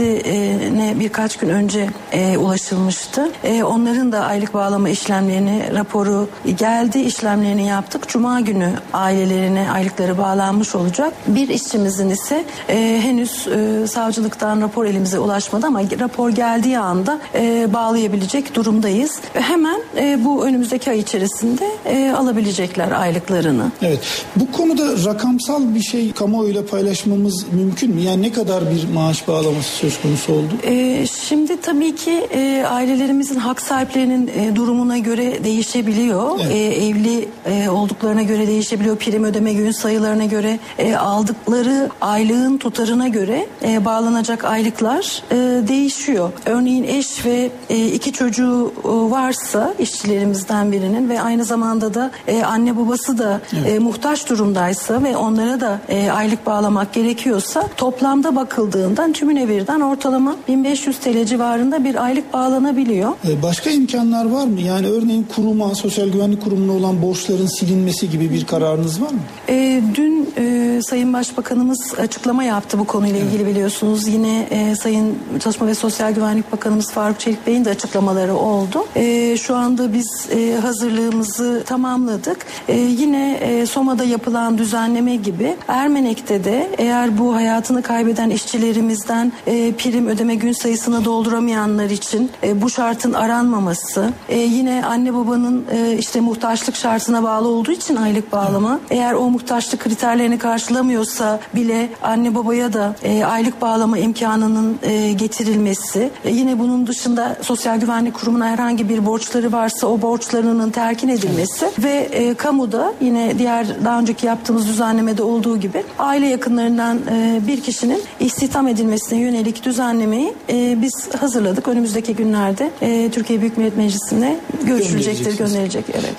ikisine birkaç gün önce e, ulaşılmıştı. E, onların da aylık bağlama işlemlerini, raporu geldi, işlemlerini yaptık. Cuma günü ailelerine aylıkları bağlanmış olacak. Bir işçimizin ise e, henüz e, savcılıktan rapor elimize ulaşmadı ama rapor geldiği anda e, bağlayabilecek durumdayız. Hemen e, bu önümüzdeki ay içerisinde e, alabilecekler aylıklarını. Evet. Bu konuda rakamsal bir şey kamuoyuyla paylaşmamız mümkün mü? Yani ne kadar bir maaş bağlaması söz konusu oldu? Ee, şimdi tabii ki e, ailelerimizin hak sahiplerinin e, durumuna göre değişebiliyor. Evet. E, evli e, olduklarına göre değişebiliyor. Prim ödeme gün sayılarına göre, e, aldıkları aylığın tutarına göre e, bağlanacak aylıklar e, değişiyor. Örneğin eş ve e, iki çocuğu e, varsa işçilerimizden birinin ve aynı zamanda da e, anne babası da evet. e, muhtaç durumdaysa ve onlara da e, aylık bağlamak gerekiyorsa toplamda bakıldığında tümüne birden ortalama bin beş yüz TL civarında bir aylık bağlanabiliyor. Başka imkanlar var mı? Yani örneğin kuruma, Sosyal Güvenlik Kurumu'na olan borçların silinmesi gibi bir kararınız var mı? E, dün e, Sayın Başbakanımız açıklama yaptı bu konuyla ilgili evet. biliyorsunuz. Yine e, Sayın Çalışma ve Sosyal Güvenlik Bakanımız Faruk Çelik Bey'in de açıklamaları oldu. E, şu anda biz e, hazırlığımızı tamamladık. E, yine e, SOMA'da yapılan düzenleme gibi Ermenek'te de eğer bu hayatını kaybeden işçilerimizden e, prim ödeme gün sayısını dolduramayanlar için e, bu şartın aranmaması, e, yine anne babanın e, işte muhtaçlık şartına bağlı olduğu için aylık bağlama, eğer o muhtaçlık kriterlerini karşılamıyorsa bile anne babaya da e, aylık bağlama imkanının e, getirilmesi, e, yine bunun dışında Sosyal Güvenlik Kurumu'na herhangi bir borçları varsa o borçlarının terkin edilmesi ve e, kamuda yine diğer daha önceki yaptığımız düzenlemede olduğu gibi aile yakınlarından e, bir kişinin istihdam edilmesine yönelik düzenlemeyi e, biz hazırladık. Önümüzdeki günlerde e, Türkiye Büyük Millet Meclisi'ne görüşülecektir, gönderilecek. Evet.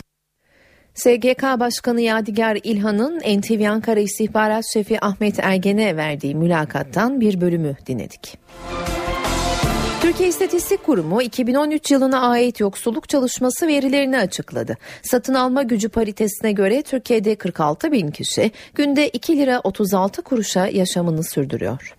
S G K Başkanı Yadigar İlhan'ın N T V Ankara İstihbarat Şefi Ahmet Ergen'e verdiği mülakattan bir bölümü dinledik. Türkiye İstatistik Kurumu iki bin on üç yılına ait yoksulluk çalışması verilerini açıkladı. Satın alma gücü paritesine göre Türkiye'de kırk altı bin kişi günde iki lira otuz altı kuruşa yaşamını sürdürüyor.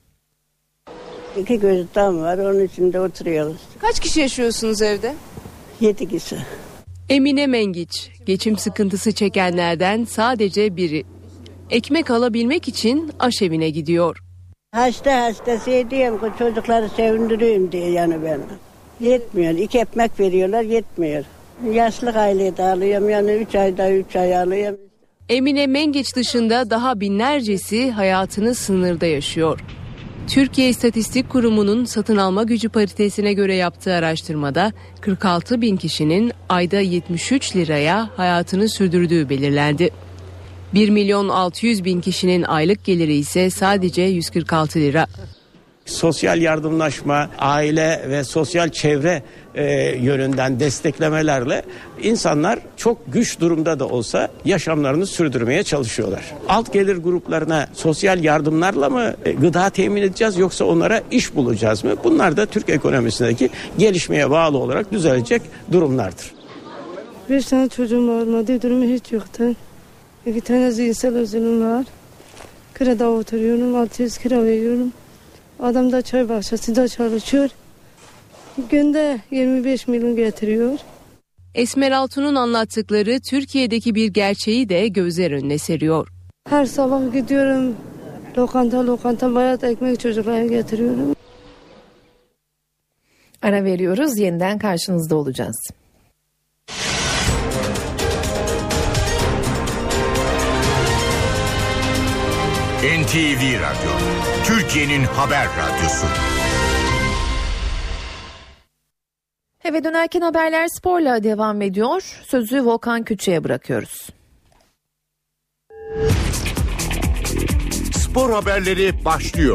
İki gözlükten var, onun içinde oturuyoruz. Kaç kişi yaşıyorsunuz evde? Yedi kişi. Emine Mengiç, geçim sıkıntısı çekenlerden sadece biri. Ekmek alabilmek için aşevine gidiyor. Hasta hastası diyorum ki çocukları sevindireyim diye yani ben. Yetmiyor. İki ekmek veriyorlar, yetmiyor. Yaşlı aileyi de alıyorum yani üç ayda üç ay alıyorum. Emine Mengiç dışında daha binlercesi hayatını sınırda yaşıyor. Türkiye İstatistik Kurumu'nun satın alma gücü paritesine göre yaptığı araştırmada kırk altı bin kişinin ayda yetmiş üç liraya hayatını sürdürdüğü belirlendi. bir milyon altı yüz bin kişinin aylık geliri ise sadece yüz kırk altı lira. Sosyal yardımlaşma, aile ve sosyal çevre e, yönünden desteklemelerle insanlar çok güç durumda da olsa yaşamlarını sürdürmeye çalışıyorlar. Alt gelir gruplarına sosyal yardımlarla mı e, gıda temin edeceğiz yoksa onlara iş bulacağız mı? Bunlar da Türk ekonomisindeki gelişmeye bağlı olarak düzelecek durumlardır. Bir tane çocuğum var, maddi durumu hiç yoktu. İki tane zihinsel özürüm var. Kirada oturuyorum, altı yüz kira veriyorum. Adam da çay bahçesinde çalışıyor. Günde yirmi beş milyon getiriyor. Esmer Altun'un anlattıkları Türkiye'deki bir gerçeği de gözler önüne seriyor. Her sabah gidiyorum lokanta lokanta bayat ekmek çocuklara getiriyorum. Ara veriyoruz, yeniden karşınızda olacağız. N T V Radyo, Türkiye'nin haber radyosu. Eve dönerken haberler sporla devam ediyor. Sözü Volkan Küçük'e bırakıyoruz. spor haberleri başlıyor.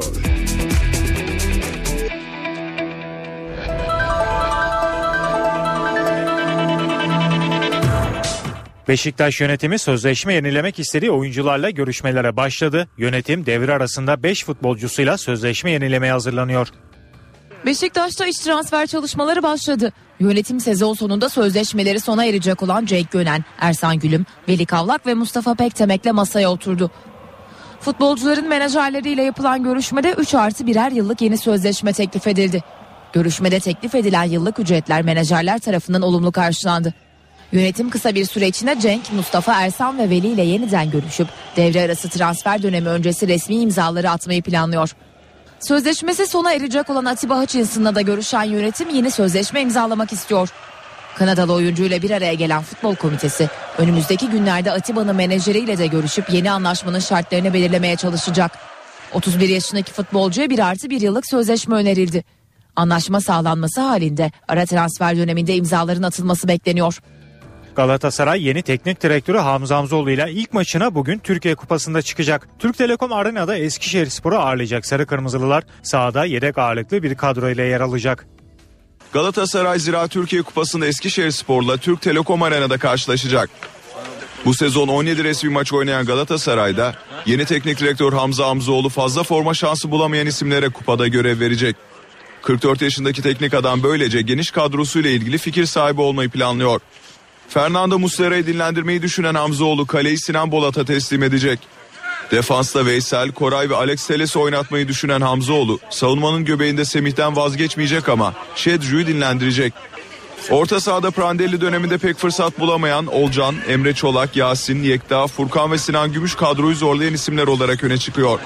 Beşiktaş yönetimi sözleşme yenilemek istediği oyuncularla görüşmelere başladı. Yönetim devre arasında beş futbolcusuyla sözleşme yenilemeye hazırlanıyor. Beşiktaş'ta iç transfer çalışmaları başladı. Yönetim sezon sonunda sözleşmeleri sona erecek olan Cenk Gönen, Ersan Gülüm, Veli Kavlak ve Mustafa Pektemek'le masaya oturdu. Futbolcuların menajerleriyle yapılan görüşmede üç artı birer yıllık yeni sözleşme teklif edildi. Görüşmede teklif edilen yıllık ücretler menajerler tarafından olumlu karşılandı. Yönetim kısa bir süre içinde Cenk, Mustafa, Ersan ve Veli ile yeniden görüşüp devre arası transfer dönemi öncesi resmi imzaları atmayı planlıyor. Sözleşmesi sona erecek olan Atiba Hutchinson'la da görüşen yönetim yeni sözleşme imzalamak istiyor. Kanadalı oyuncuyla bir araya gelen futbol komitesi önümüzdeki günlerde Atiba'nın menajeriyle de görüşüp yeni anlaşmanın şartlarını belirlemeye çalışacak. otuz bir yaşındaki futbolcuya bir artı bir yıllık sözleşme önerildi. Anlaşma sağlanması halinde ara transfer döneminde imzaların atılması bekleniyor. Galatasaray yeni teknik direktörü Hamza Hamzoğlu ile ilk maçına bugün Türkiye Kupası'nda çıkacak. Türk Telekom Arena'da Eskişehirspor'u ağırlayacak Sarı Kırmızılılar sahada yedek ağırlıklı bir kadro ile yer alacak. Galatasaray Zira Türkiye Kupası'nda Eskişehirspor'la Türk Telekom Arena'da karşılaşacak. Bu sezon on yedi resmi maç oynayan Galatasaray'da yeni teknik direktör Hamza Hamzoğlu fazla forma şansı bulamayan isimlere kupada görev verecek. kırk dört yaşındaki teknik adam böylece geniş kadrosuyla ilgili fikir sahibi olmayı planlıyor. Fernando Muslera'yı dinlendirmeyi düşünen Hamzoğlu kaleyi Sinan Bolat'a teslim edecek. Defansta Veysel, Koray ve Alex Telles'i oynatmayı düşünen Hamzoğlu savunmanın göbeğinde Semih'ten vazgeçmeyecek ama Şedru'yu dinlendirecek. Orta sahada Prandelli döneminde pek fırsat bulamayan Olcan, Emre Çolak, Yasin, Yekta, Furkan ve Sinan Gümüş kadroyu zorlayan isimler olarak öne çıkıyor.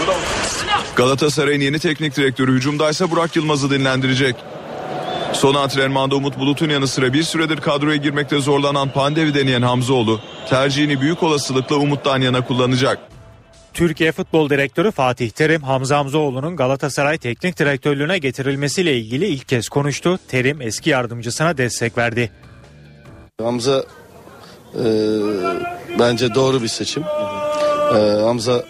Galatasaray'ın yeni teknik direktörü hücumdaysa Burak Yılmaz'ı dinlendirecek. Son antrenmanda Umut Bulut'un yanı sıra bir süredir kadroya girmekte zorlanan Pandev'i deneyen Hamzoğlu tercihini büyük olasılıkla Umut'tan yana kullanacak. Türkiye Futbol Direktörü Fatih Terim, Hamza Hamzoğlu'nun Galatasaray Teknik Direktörlüğüne getirilmesiyle ilgili ilk kez konuştu. Terim eski yardımcısına destek verdi. Hamza e, bence doğru bir seçim. E, Hamza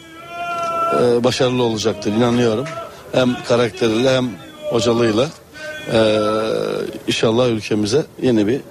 e, başarılı olacaktır, inanıyorum. Hem karakteriyle hem hocalığıyla. Ee, inşallah ülkemize yeni bir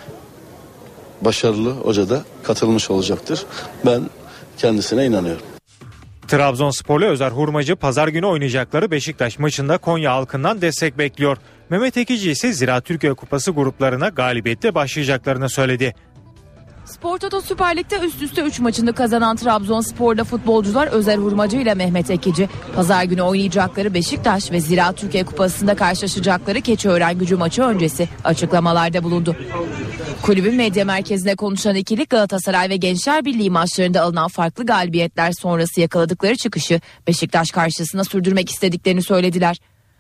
başarılı hoca da katılmış olacaktır. Ben kendisine inanıyorum. Trabzonsporlu Özer Hurmacı pazar günü oynayacakları Beşiktaş maçında Konya halkından destek bekliyor. Mehmet Ekici ise Zira Türkiye Kupası gruplarına galibiyetle başlayacaklarını söyledi. Spor Toto Süper Lig'de üst üste üç maçını kazanan Trabzonspor'da futbolcular Özer Hurmacı ile Mehmet Ekici pazar günü oynayacakları Beşiktaş ve Zira Türkiye Kupası'nda karşılaşacakları Keçiören-Gücü maçı öncesi açıklamalarda bulundu. Kulübün medya merkezine konuşan ikili Galatasaray ve Gençler Birliği maçlarında alınan farklı galibiyetler sonrası yakaladıkları çıkışı Beşiktaş karşısında sürdürmek istediklerini söylediler.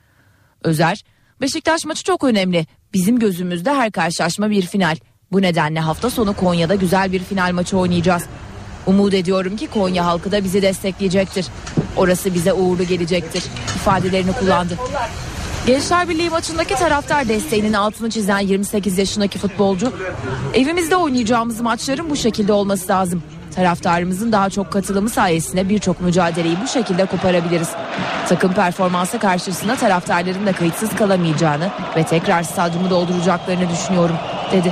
Özer, Beşiktaş maçı çok önemli. Bizim gözümüzde her karşılaşma bir final. Bu nedenle hafta sonu Konya'da güzel bir final maçı oynayacağız. Umut ediyorum ki Konya halkı da bizi destekleyecektir. Orası bize uğurlu gelecektir ifadelerini kullandı. Gençler Birliği maçındaki taraftar desteğinin altını çizen yirmi sekiz yaşındaki futbolcu, evimizde oynayacağımız maçların bu şekilde olması lazım. Taraftarımızın daha çok katılımı sayesinde birçok mücadeleyi bu şekilde koparabiliriz. Takım performansı karşısında taraftarların da kayıtsız kalamayacağını ve tekrar stadyumu dolduracaklarını düşünüyorum, dedi.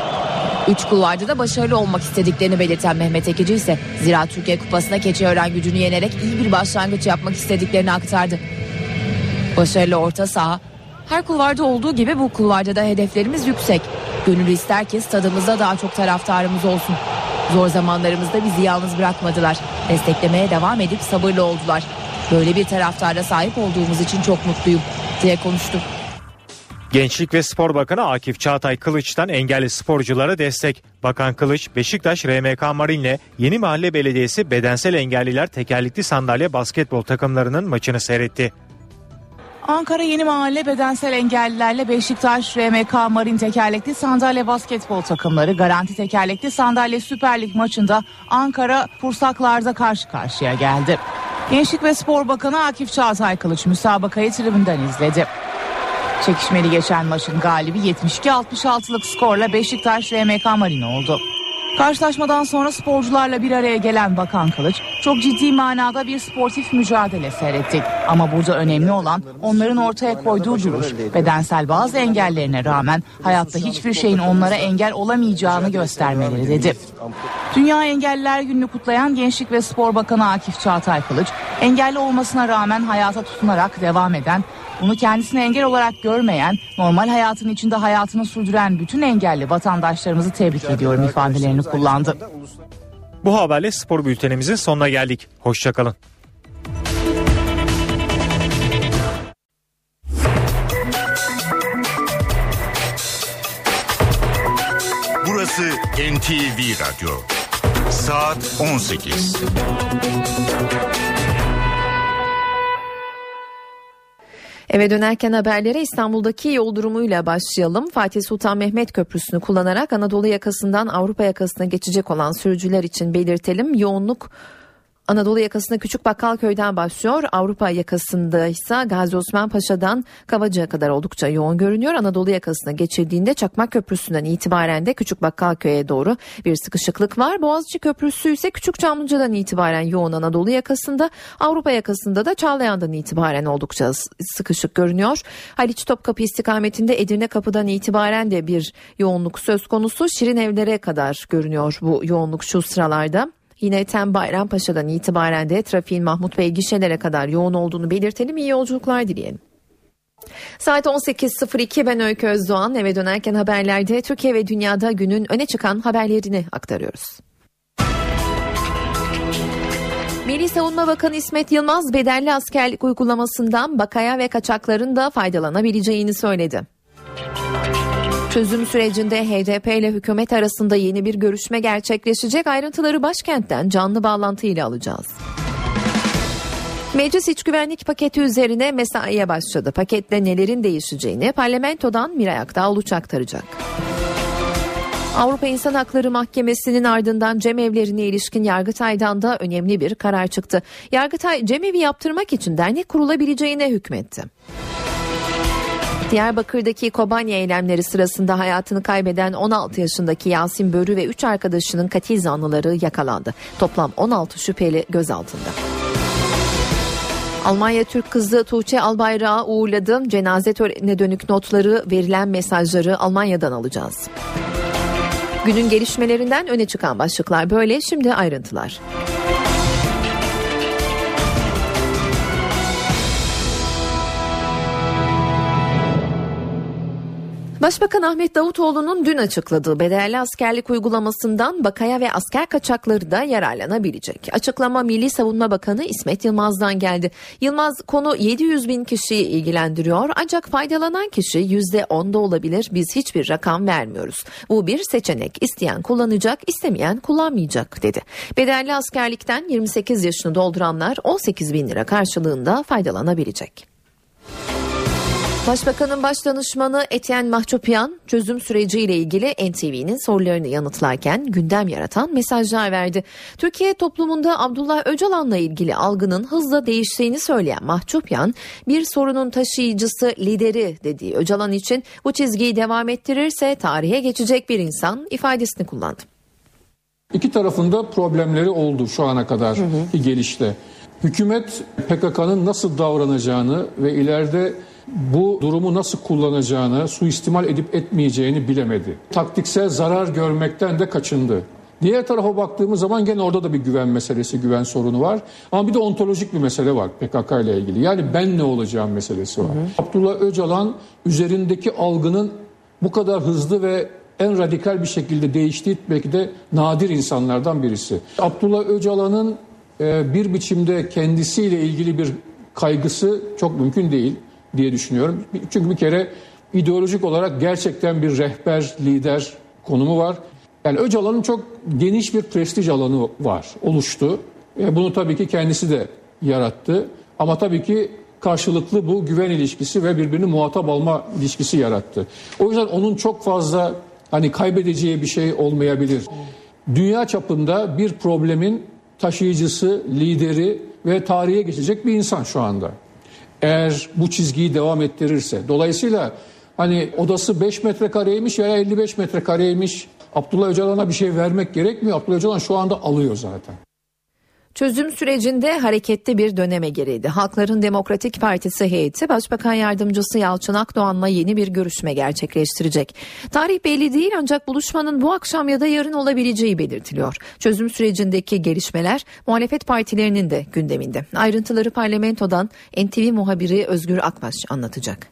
Üç kulvarda da başarılı olmak istediklerini belirten Mehmet Ekici ise Zira Türkiye Kupası'na Keçiören-Gücü'nü yenerek iyi bir başlangıç yapmak istediklerini aktardı. Başarılı orta saha, her kulvarda olduğu gibi bu kulvarda da hedeflerimiz yüksek. Gönül ister ki stadımızda daha çok taraftarımız olsun. Zor zamanlarımızda bizi yalnız bırakmadılar. Desteklemeye devam edip sabırlı oldular. Böyle bir taraftara sahip olduğumuz için çok mutluyum, diye konuştu. Gençlik ve Spor Bakanı Akif Çağatay Kılıç'tan engelli sporculara destek. Bakan Kılıç, Beşiktaş R M K Marin'le Yeni Mahalle Belediyesi Bedensel Engelliler Tekerlekli Sandalye Basketbol takımlarının maçını seyretti. Ankara Yeni Mahalle Bedensel Engellilerle Beşiktaş R M K Marin Tekerlekli Sandalye Basketbol takımları Garanti Tekerlekli Sandalye Süper Lig maçında Ankara Pursaklar'da karşı karşıya geldi. Gençlik ve Spor Bakanı Akif Çağatay Kılıç müsabakayı tribünden izledi. Çekişmeli geçen maçın galibi yetmiş iki altmış altılık skorla Beşiktaş R M K Marin oldu. Karşılaşmadan sonra sporcularla bir araya gelen Bakan Kılıç, çok ciddi manada bir sportif mücadele seyrettik. Ama burada önemli olan onların ortaya koyduğu duruş, bedensel bazı engellerine rağmen hayatta hiçbir şeyin onlara engel olamayacağını göstermeleri dedi. Dünya Engelliler Günü'nü kutlayan Gençlik ve Spor Bakanı Akif Çağatay Kılıç, engelli olmasına rağmen hayata tutunarak devam eden, bunu kendisine engel olarak görmeyen, normal hayatın içinde hayatını sürdüren bütün engelli vatandaşlarımızı tebrik ediyorum ifadelerini kullandı. Bu haberle spor bültenimizin sonuna geldik. Hoşça kalın. Burası N T V Radyo. Saat on sekiz. Eve dönerken haberlere İstanbul'daki yol durumuyla başlayalım. Fatih Sultan Mehmet Köprüsü'nü kullanarak Anadolu yakasından Avrupa yakasına geçecek olan sürücüler için belirtelim. Yoğunluk Anadolu yakasında Küçükbakkalköy'den başlıyor. Avrupa yakasında ise Gazi Osman Paşa'dan Kavacık'a kadar oldukça yoğun görünüyor. Anadolu yakasına geçildiğinde Çakmak Köprüsü'nden itibaren de Küçükbakkalköy'e doğru bir sıkışıklık var. Boğaziçi Köprüsü ise Küçükçamlıca'dan itibaren yoğun Anadolu yakasında. Avrupa yakasında da Çağlayan'dan itibaren oldukça sıkışık görünüyor. Haliç Topkapı istikametinde Edirne Kapı'dan itibaren de bir yoğunluk söz konusu. Şirinevler'e kadar görünüyor bu yoğunluk şu sıralarda. Yine Tem Bayrampaşa'dan itibaren de trafiğin Mahmut Bey gişelere kadar yoğun olduğunu belirtelim. İyi yolculuklar dileyelim. Saat on sekiz sıfır iki, ben Öykü Özdoğan. Eve dönerken haberlerde Türkiye ve dünyada günün öne çıkan haberlerini aktarıyoruz. Milli Savunma Bakanı İsmet Yılmaz bedelli askerlik uygulamasından bakaya ve kaçakların da faydalanabileceğini söyledi. Çözüm sürecinde H D P ile hükümet arasında yeni bir görüşme gerçekleşecek. Ayrıntıları başkentten canlı bağlantı ile alacağız. Meclis İç Güvenlik Paketi üzerine mesaiye başladı. Paketle nelerin değişeceğini parlamentodan Miray Akdağ-Uluç aktaracak. Avrupa İnsan Hakları Mahkemesi'nin ardından cemevlerine ilişkin Yargıtay'dan da önemli bir karar çıktı. Yargıtay cemevi yaptırmak için dernek kurulabileceğine hükmetti. Diyarbakır'daki Kobani eylemleri sırasında hayatını kaybeden on altı yaşındaki Yasin Börü ve üç arkadaşının katil zanlıları yakalandı. Toplam on altı şüpheli gözaltında. Almanya Türk kızı Tuğçe Albayrak'ı uğurladı. Cenaze törenine dönük notları, verilen mesajları Almanya'dan alacağız. Günün gelişmelerinden öne çıkan başlıklar böyle, şimdi ayrıntılar. Başbakan Ahmet Davutoğlu'nun dün açıkladığı bedelli askerlik uygulamasından bakaya ve asker kaçakları da yararlanabilecek. Açıklama Milli Savunma Bakanı İsmet Yılmaz'dan geldi. Yılmaz, konu yedi yüz bin kişiyi ilgilendiriyor ancak faydalanan kişi yüzde onda olabilir. Biz hiçbir rakam vermiyoruz. Bu bir seçenek. İsteyen kullanacak, istemeyen kullanmayacak dedi. Bedelli askerlikten yirmi sekiz yaşını dolduranlar on sekiz bin lira karşılığında faydalanabilecek. Başbakanın başdanışmanı Etienne Mahçupyan çözüm süreciyle ilgili N T V'nin sorularını yanıtlarken gündem yaratan mesajlar verdi. Türkiye toplumunda Abdullah Öcalan'la ilgili algının hızla değiştiğini söyleyen Mahçupyan, bir sorunun taşıyıcısı, lideri dediği Öcalan için bu çizgiyi devam ettirirse tarihe geçecek bir insan ifadesini kullandı. İki tarafında problemleri oldu şu ana kadar hı hı. gelişte. Hükümet P K K'nın nasıl davranacağını ve ileride bu durumu nasıl kullanacağını, suistimal edip etmeyeceğini bilemedi. Taktiksel zarar görmekten de kaçındı. Diğer tarafa baktığımız zaman gene orada da bir güven meselesi, güven sorunu var. Ama bir de ontolojik bir mesele var P K K ile ilgili. Yani ben ne olacağım meselesi var. Hı hı. Abdullah Öcalan üzerindeki algının bu kadar hızlı ve en radikal bir şekilde değiştiği belki de nadir insanlardan birisi. Abdullah Öcalan'ın e, bir biçimde kendisiyle ilgili bir kaygısı çok mümkün değil diye düşünüyorum. Çünkü bir kere ideolojik olarak gerçekten bir rehber, lider konumu var. Yani Öcalan'ın çok geniş bir prestij alanı var, oluştu. E bunu tabii ki kendisi de yarattı. Ama tabii ki karşılıklı bu güven ilişkisi ve birbirini muhatap alma ilişkisi yarattı. O yüzden onun çok fazla hani kaybedeceği bir şey olmayabilir. Dünya çapında bir problemin taşıyıcısı, lideri ve tarihe geçecek bir insan şu anda. Eğer bu çizgiyi devam ettirirse. Dolayısıyla hani odası beş metrekareymiş veya elli beş metrekareymiş Abdullah Öcalan'a bir şey vermek gerekmiyor. Abdullah Öcalan şu anda alıyor zaten. Çözüm sürecinde hareketli bir döneme girildi. Halkların Demokratik Partisi heyeti Başbakan Yardımcısı Yalçın Akdoğan'la yeni bir görüşme gerçekleştirecek. Tarih belli değil ancak buluşmanın bu akşam ya da yarın olabileceği belirtiliyor. Çözüm sürecindeki gelişmeler muhalefet partilerinin de gündeminde. Ayrıntıları parlamentodan N T V muhabiri Özgür Akbaş anlatacak.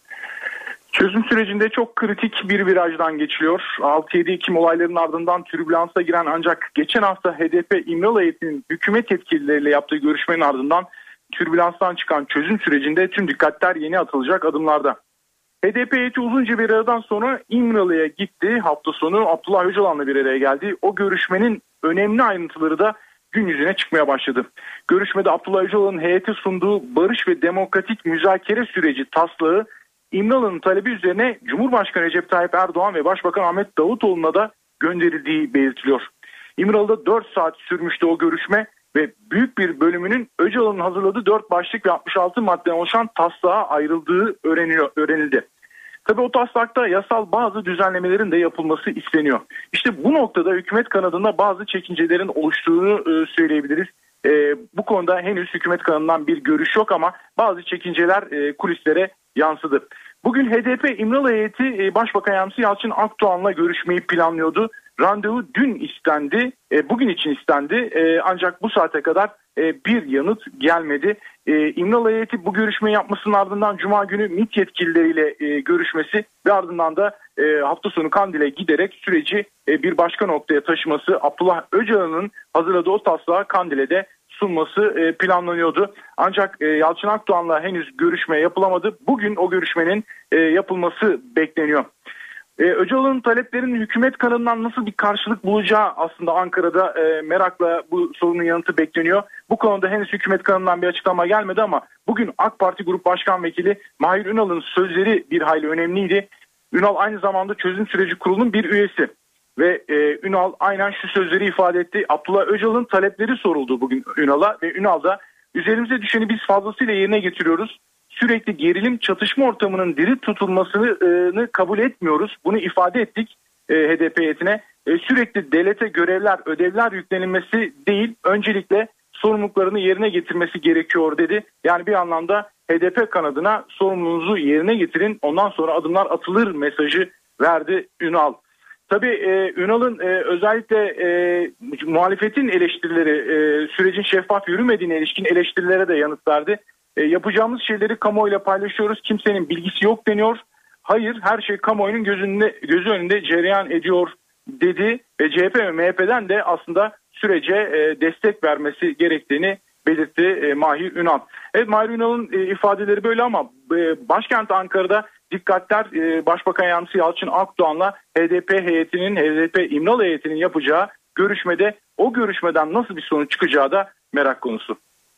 Çözüm sürecinde çok kritik bir virajdan geçiliyor. altı yedi Ekim olaylarının ardından türbülansa giren ancak geçen hafta H D P İmralı heyetinin hükümet yetkilileriyle yaptığı görüşmenin ardından türbülanstan çıkan çözüm sürecinde tüm dikkatler yeni atılacak adımlarda. H D P heyeti uzunca bir aradan sonra İmralı'ya gitti. Hafta sonu Abdullah Öcalan'la bir araya geldi. O görüşmenin önemli ayrıntıları da gün yüzüne çıkmaya başladı. Görüşmede Abdullah Öcalan'ın heyete sunduğu barış ve demokratik müzakere süreci taslağı İmralı'nın talebi üzerine Cumhurbaşkanı Recep Tayyip Erdoğan ve Başbakan Ahmet Davutoğlu'na da gönderildiği belirtiliyor. İmralı'da dört saat sürmüştü o görüşme ve büyük bir bölümünün Öcalan'ın hazırladığı dört başlık ve altmış altı maddeden oluşan taslağa ayrıldığı öğreniliyor, öğrenildi. Tabii o taslakta yasal bazı düzenlemelerin de yapılması isteniyor. İşte bu noktada hükümet kanadında bazı çekincelerin oluştuğunu söyleyebiliriz. E, bu konuda henüz hükümet kanadından bir görüş yok ama bazı çekinceler e, kulislere yansıdı. Bugün H D P İmralı heyeti e, Başbakan Yardımcısı Yalçın Akdoğan'la görüşmeyi planlıyordu. Randevu dün istendi, e, bugün için istendi e, ancak bu saate kadar e, bir yanıt gelmedi. E, İmralı heyeti bu görüşmeyi yapmasının ardından Cuma günü MİT yetkilileriyle e, görüşmesi ve ardından da e, hafta sonu Kandil'e giderek süreci e, bir başka noktaya taşıması, Abdullah Öcalan'ın hazırladığı o taslağı Kandil'e de sunması e, planlanıyordu. Ancak e, Yalçın Akdoğan'la henüz görüşme yapılamadı. Bugün o görüşmenin e, yapılması bekleniyor. Ee, Öcalan'ın taleplerinin hükümet kanadından nasıl bir karşılık bulacağı aslında Ankara'da e, merakla bu sorunun yanıtı bekleniyor. Bu konuda henüz hükümet kanadından bir açıklama gelmedi ama bugün AK Parti Grup Başkan Vekili Mahir Ünal'ın sözleri bir hayli önemliydi. Ünal aynı zamanda çözüm süreci kurulunun bir üyesi ve e, Ünal aynen şu sözleri ifade etti. Abdullah Öcalan'ın talepleri soruldu bugün Ünal'a ve Ünal da üzerimize düşeni biz fazlasıyla yerine getiriyoruz. Sürekli gerilim çatışma ortamının diri tutulmasını kabul etmiyoruz. Bunu ifade ettik H D P heyetine. Sürekli devlete görevler, ödevler yüklenilmesi değil, öncelikle sorumluluklarını yerine getirmesi gerekiyor dedi. Yani bir anlamda H D P kanadına sorumluluğunuzu yerine getirin, ondan sonra adımlar atılır mesajı verdi Ünal. Tabii e, Ünal'ın e, özellikle e, muhalefetin eleştirileri, e, sürecin şeffaf yürümediğine ilişkin eleştirilere de yanıt verdi. E, yapacağımız şeyleri kamuoyuyla paylaşıyoruz. Kimsenin bilgisi yok deniyor. Hayır, her şey kamuoyunun gözünde, gözü önünde cereyan ediyor dedi ve C H P ve M H P'den de aslında sürece e, destek vermesi gerektiğini belirtti e, Mahir Ünal. Evet, Mahir Ünal'ın e, ifadeleri böyle ama e, başkent Ankara'da dikkatler e, Başbakan Yardımcısı Yalçın Akdoğan'la H D P heyetinin, H D P İmralı heyetinin yapacağı görüşmede, o görüşmeden nasıl bir sonuç çıkacağı da merak konusu.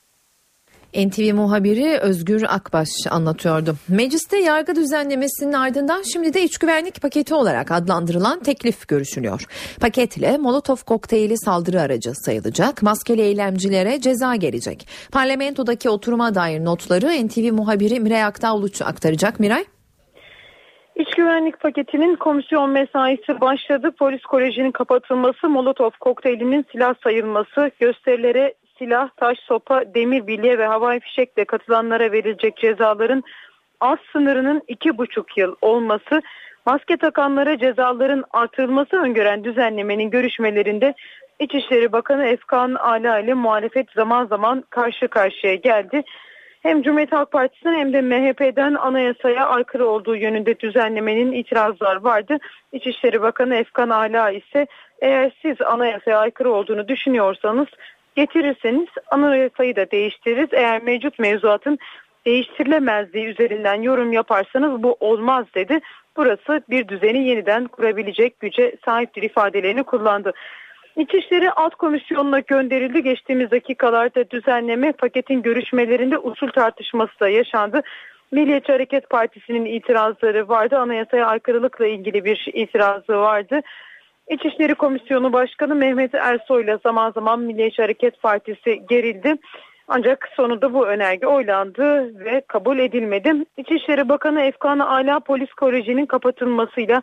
N T V muhabiri Özgür Akbaş anlatıyordu. Mecliste yargı düzenlemesinin ardından şimdi de iç güvenlik paketi olarak adlandırılan teklif görüşülüyor. Paketle Molotov kokteyli saldırı aracı sayılacak, maskeli eylemcilere ceza gelecek. Parlamentodaki oturuma dair notları N T V muhabiri Miray Aktağuluç aktaracak. Miray? İç güvenlik paketinin komisyon mesaisi başladı. Polis kolejinin kapatılması, Molotov kokteylinin silah sayılması, gösterilere silah, taş, sopa, demir bilye ve havai fişekle katılanlara verilecek cezaların az sınırının iki buçuk yıl olması, maske takanlara cezaların artırılması öngören düzenlemenin görüşmelerinde İçişleri Bakanı Efkan Ala ile muhalefet zaman zaman karşı karşıya geldi. Hem Cumhuriyet Halk Partisi'nden hem de M H P'den anayasaya aykırı olduğu yönünde düzenlemenin itirazlar vardı. İçişleri Bakanı Efkan Ala ise eğer siz anayasaya aykırı olduğunu düşünüyorsanız getirirseniz anayasayı da değiştiririz. Eğer mevcut mevzuatın değiştirilemezliği üzerinden yorum yaparsanız bu olmaz dedi. Burası bir düzeni yeniden kurabilecek güce sahiptir ifadelerini kullandı. İçişleri Alt Komisyonu'na gönderildi. Geçtiğimiz dakikalarda düzenleme paketin görüşmelerinde usul tartışması da yaşandı. Milliyetçi Hareket Partisi'nin itirazları vardı. Anayasaya aykırılıkla ilgili bir itirazı vardı. İçişleri Komisyonu Başkanı Mehmet Ersoy'la zaman zaman Milliyetçi Hareket Partisi gerildi. Ancak sonunda bu önerge oylandı ve kabul edilmedi. İçişleri Bakanı Efkan Ala Polis Koleji'nin kapatılmasıyla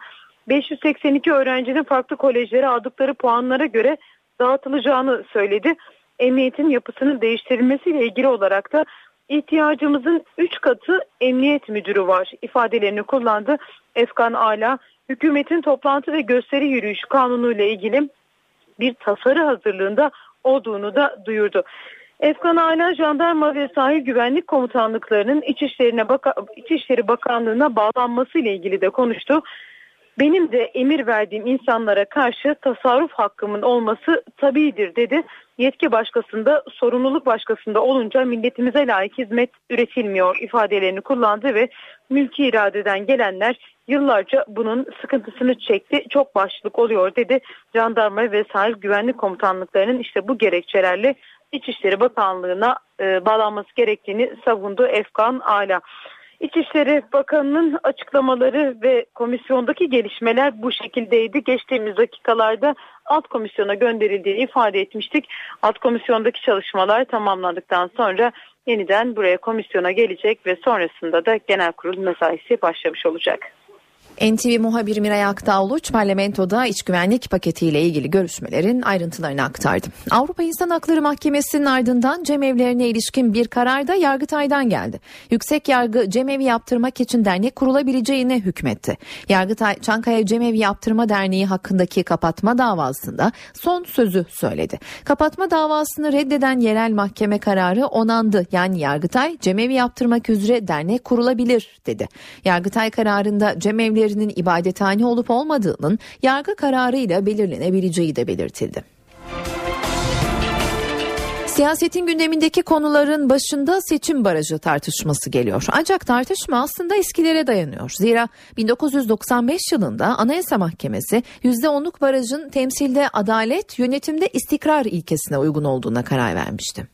beş yüz seksen iki öğrencinin farklı kolejlere aldıkları puanlara göre dağıtılacağını söyledi. Emniyetin yapısının değiştirilmesiyle ilgili olarak da ihtiyacımızın üç katı emniyet müdürü var ifadelerini kullandı. Efkan Ala, hükümetin toplantı ve gösteri yürüyüşü kanunu ile ilgili bir tasarı hazırlığında olduğunu da duyurdu. Efkan Ala, Jandarma ve Sahil Güvenlik Komutanlıklarının İçişlerine Baka- İçişleri Bakanlığı'na bağlanması ile ilgili de konuştu. Benim de emir verdiğim insanlara karşı tasarruf hakkımın olması tabiidir dedi. Yetki başkasında, sorumluluk başkasında olunca milletimize layık hizmet üretilmiyor ifadelerini kullandı ve mülki iradeden gelenler yıllarca bunun sıkıntısını çekti. Çok başlık oluyor dedi. Jandarma ve Sahil Güvenlik Komutanlıklarının işte bu gerekçelerle İçişleri Bakanlığı'na e, bağlanması gerektiğini savundu Efkan Ala. İçişleri Bakanı'nın açıklamaları ve komisyondaki gelişmeler bu şekildeydi. Geçtiğimiz dakikalarda alt komisyona gönderildiğini ifade etmiştik. Alt komisyondaki çalışmalar tamamlandıktan sonra yeniden buraya komisyona gelecek ve sonrasında da genel kurul mesaisi başlamış olacak. N T V muhabiri Miray Aktağluç parlamentoda iç güvenlik paketiyle ilgili görüşmelerin ayrıntılarını aktardı. Avrupa İnsan Hakları Mahkemesi'nin ardından cemevlerine ilişkin bir karar da Yargıtay'dan geldi. Yüksek Yargı cemevi yaptırmak için dernek kurulabileceğine hükmetti. Yargıtay Çankaya Cemevi Yaptırma Derneği hakkındaki kapatma davasında son sözü söyledi. Kapatma davasını reddeden yerel mahkeme kararı onandı. Yani Yargıtay cemevi yaptırmak üzere dernek kurulabilir dedi. Yargıtay kararında cemevleri ibadethane olup olmadığının yargı kararıyla belirlenebileceği de belirtildi. Siyasetin gündemindeki konuların başında seçim barajı tartışması geliyor. Ancak tartışma aslında eskilere dayanıyor. Zira bin dokuz yüz doksan beş yılında Anayasa Mahkemesi yüzde onluk barajın temsilde adalet, yönetimde istikrar ilkesine uygun olduğuna karar vermişti.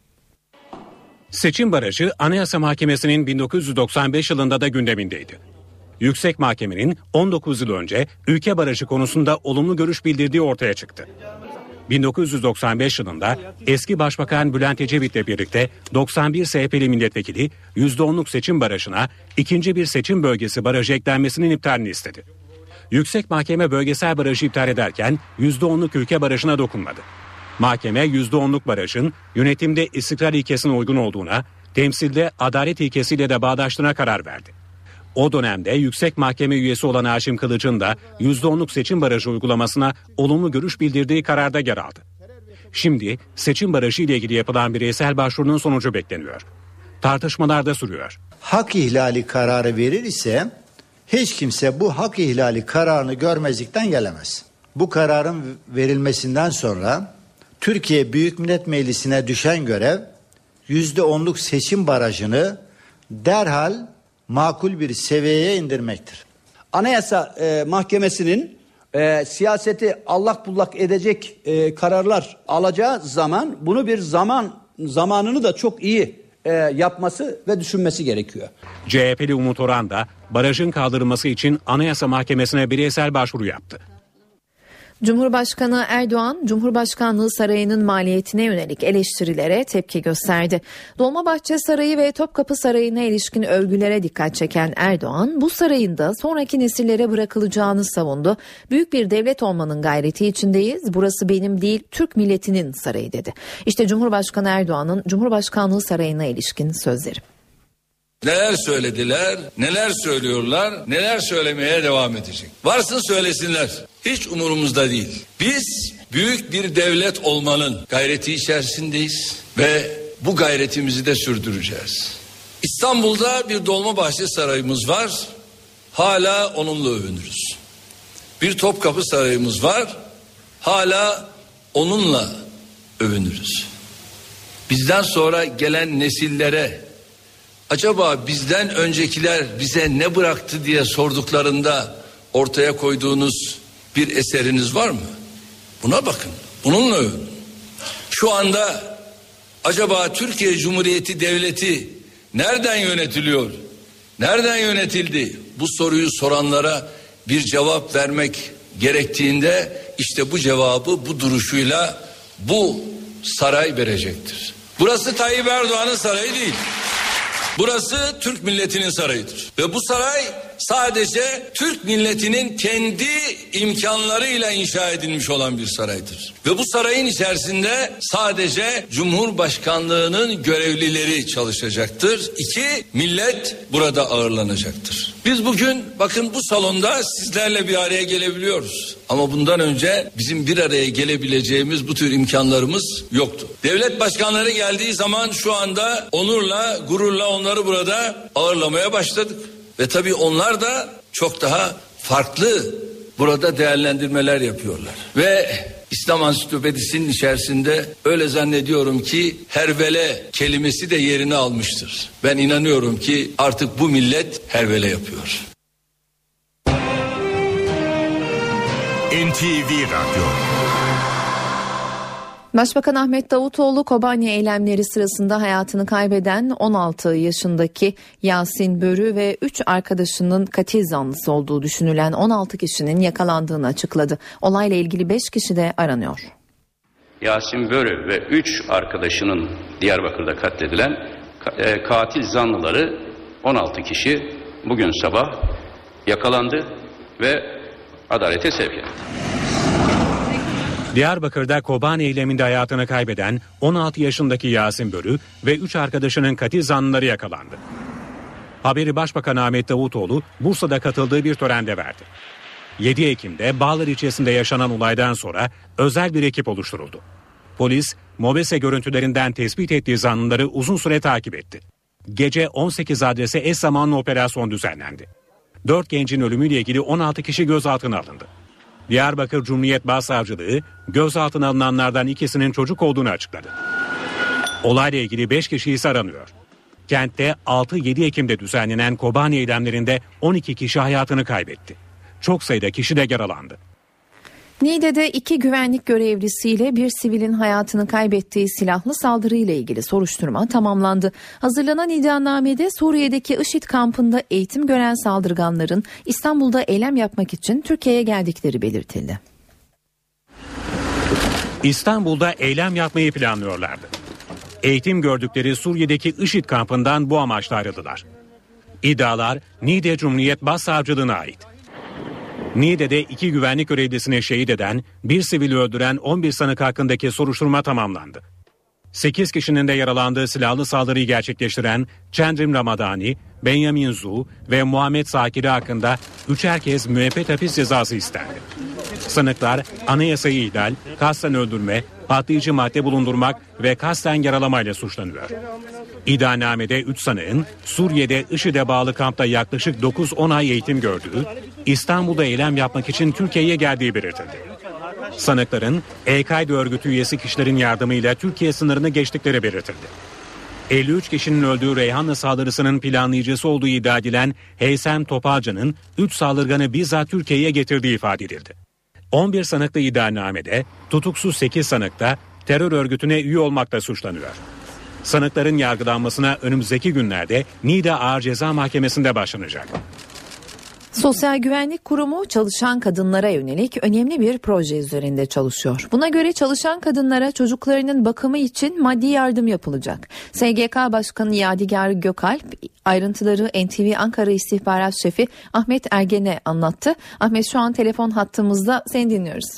Seçim barajı Anayasa Mahkemesi'nin bin dokuz yüz doksan beş yılında da gündemindeydi. Yüksek Mahkemenin on dokuz yıl önce ülke barajı konusunda olumlu görüş bildirdiği ortaya çıktı. bin dokuz yüz doksan beş yılında eski Başbakan Bülent Ecevit'le birlikte doksan bir S H P'li milletvekili yüzde onluk seçim barajına ikinci bir seçim bölgesi barajı eklenmesinin iptalini istedi. Yüksek Mahkeme bölgesel barajı iptal ederken yüzde onluk ülke barajına dokunmadı. Mahkeme yüzde onluk barajın yönetimde istikrar ilkesine uygun olduğuna, temsilde adalet ilkesiyle de bağdaştığına karar verdi. O dönemde Yüksek Mahkeme üyesi olan Haşim Kılıç'ın da yüzde onluk seçim barajı uygulamasına olumlu görüş bildirdiği kararda yer aldı. Şimdi seçim barajı ile ilgili yapılan bireysel başvurunun sonucu bekleniyor. Tartışmalar da sürüyor. Hak ihlali kararı verir ise hiç kimse bu hak ihlali kararını görmezlikten gelemez. Bu kararın verilmesinden sonra Türkiye Büyük Millet Meclisi'ne düşen görev yüzde onluk seçim barajını derhal makul bir seviyeye indirmektir. Anayasa e, Mahkemesi'nin e, siyaseti allak bullak edecek e, kararlar alacağı zaman bunu bir zaman zamanını da çok iyi e, yapması ve düşünmesi gerekiyor. C H P'li Umut Orhan da barajın kaldırılması için Anayasa Mahkemesi'ne bireysel başvuru yaptı. Cumhurbaşkanı Erdoğan, Cumhurbaşkanlığı Sarayı'nın maliyetine yönelik eleştirilere tepki gösterdi. Dolmabahçe Sarayı ve Topkapı Sarayı'na ilişkin övgülere dikkat çeken Erdoğan, bu sarayın da sonraki nesillere bırakılacağını savundu. Büyük bir devlet olmanın gayreti içindeyiz. Burası benim değil, Türk milletinin sarayı dedi. İşte Cumhurbaşkanı Erdoğan'ın Cumhurbaşkanlığı Sarayı'na ilişkin sözleri. Neler söylediler, neler söylüyorlar, neler söylemeye devam edecek. Varsın söylesinler. Hiç umurumuzda değil. Biz büyük bir devlet olmanın gayreti içerisindeyiz ve bu gayretimizi de sürdüreceğiz. İstanbul'da bir Dolmabahçe Sarayımız var. Hala onunla övünürüz. Bir Topkapı Sarayımız var. Hala onunla övünürüz. Bizden sonra gelen nesillere acaba bizden öncekiler bize ne bıraktı diye sorduklarında ortaya koyduğunuz bir eseriniz var mı? Buna bakın. Bununla övün. Şu anda acaba Türkiye Cumhuriyeti Devleti nereden yönetiliyor? Nereden yönetildi? Bu soruyu soranlara bir cevap vermek gerektiğinde işte bu cevabı bu duruşuyla bu saray verecektir. Burası Tayyip Erdoğan'ın sarayı değil. Burası Türk milletinin sarayıdır. Ve bu saray sadece Türk milletinin kendi imkanlarıyla inşa edilmiş olan bir saraydır. Ve bu sarayın içerisinde sadece Cumhurbaşkanlığının görevlileri çalışacaktır. İki, millet burada ağırlanacaktır. Biz bugün bakın bu salonda sizlerle bir araya gelebiliyoruz. Ama bundan önce bizim bir araya gelebileceğimiz bu tür imkanlarımız yoktu. Devlet başkanları geldiği zaman şu anda onurla, gururla onları burada ağırlamaya başladık. Ve tabii onlar da çok daha farklı burada değerlendirmeler yapıyorlar. Ve İslam Ansiklopedisi'nin içerisinde öyle zannediyorum ki hervele kelimesi de yerini almıştır. Ben inanıyorum ki artık bu millet hervele yapıyor. N T V Radyo. Başbakan Ahmet Davutoğlu Kobani eylemleri sırasında hayatını kaybeden on altı yaşındaki Yasin Börü ve üç arkadaşının katil zanlısı olduğu düşünülen on altı kişinin yakalandığını açıkladı. Olayla ilgili beş kişi de aranıyor. Yasin Börü ve üç arkadaşının Diyarbakır'da katledilen katil zanlıları on altı kişi bugün sabah yakalandı ve adalete sevk edildi. Diyarbakır'da Kobani eyleminde hayatını kaybeden on altı yaşındaki Yasin Börü ve üç arkadaşının katil zanlıları yakalandı. Haberi Başbakan Ahmet Davutoğlu Bursa'da katıldığı bir törende verdi. yedi Ekim'de Bağlar ilçesinde yaşanan olaydan sonra özel bir ekip oluşturuldu. Polis, MOBESE görüntülerinden tespit ettiği zanlıları uzun süre takip etti. Gece on sekiz adrese eş zamanlı operasyon düzenlendi. dört gencin ölümüyle ilgili on altı kişi gözaltına alındı. Diyarbakır Cumhuriyet Başsavcılığı gözaltına alınanlardan ikisinin çocuk olduğunu açıkladı. Olayla ilgili beş kişi ise aranıyor. Kentte altı yedi Ekim'de düzenlenen Kobani eylemlerinde on iki kişi hayatını kaybetti. Çok sayıda kişi de yaralandı. Niğde'de iki güvenlik görevlisiyle bir sivilin hayatını kaybettiği silahlı saldırıyla ilgili soruşturma tamamlandı. Hazırlanan iddianamede Suriye'deki IŞİD kampında eğitim gören saldırganların İstanbul'da eylem yapmak için Türkiye'ye geldikleri belirtildi. İstanbul'da eylem yapmayı planlıyorlardı. Eğitim gördükleri Suriye'deki IŞİD kampından bu amaçla ayrıldılar. İddialar Niğde Cumhuriyet Başsavcılığına ait. Niğde'de iki güvenlik görevlisini şehit eden, bir sivili öldüren on bir sanık hakkındaki soruşturma tamamlandı. sekiz kişinin de yaralandığı silahlı saldırıyı gerçekleştiren Çendrim Ramadani, Benyamin Zu ve Muhammed Sakiri hakkında üçer kez müebbet hapis cezası istendi. Sanıklar anayasayı ihlal, kasten öldürme, patlayıcı madde bulundurmak ve kasten yaralamayla suçlanıyor. İddianamede üç sanığın Suriye'de IŞİD'e bağlı kampta yaklaşık dokuz on ay eğitim gördüğü, İstanbul'da eylem yapmak için Türkiye'ye geldiği belirtildi. Sanıkların El-Kaide örgütü üyesi kişilerin yardımıyla Türkiye sınırını geçtikleri belirtildi. elli üç kişinin öldüğü Reyhanlı saldırısının planlayıcısı olduğu iddia edilen Heysem Topalcı'nın üç saldırganı bizzat Türkiye'ye getirdiği ifade edildi. on bir sanıklı iddianamede tutuksuz sekiz sanık da terör örgütüne üye olmakla suçlanıyor. Sanıkların yargılanmasına önümüzdeki günlerde Niğde Ağır Ceza Mahkemesi'nde başlanacak. Sosyal Güvenlik Kurumu çalışan kadınlara yönelik önemli bir proje üzerinde çalışıyor. Buna göre çalışan kadınlara çocuklarının bakımı için maddi yardım yapılacak. S G K Başkanı Yadigar Gökalp ayrıntıları N T V Ankara İstihbarat Şefi Ahmet Ergen'e anlattı. Ahmet, şu an telefon hattımızda, seni dinliyoruz.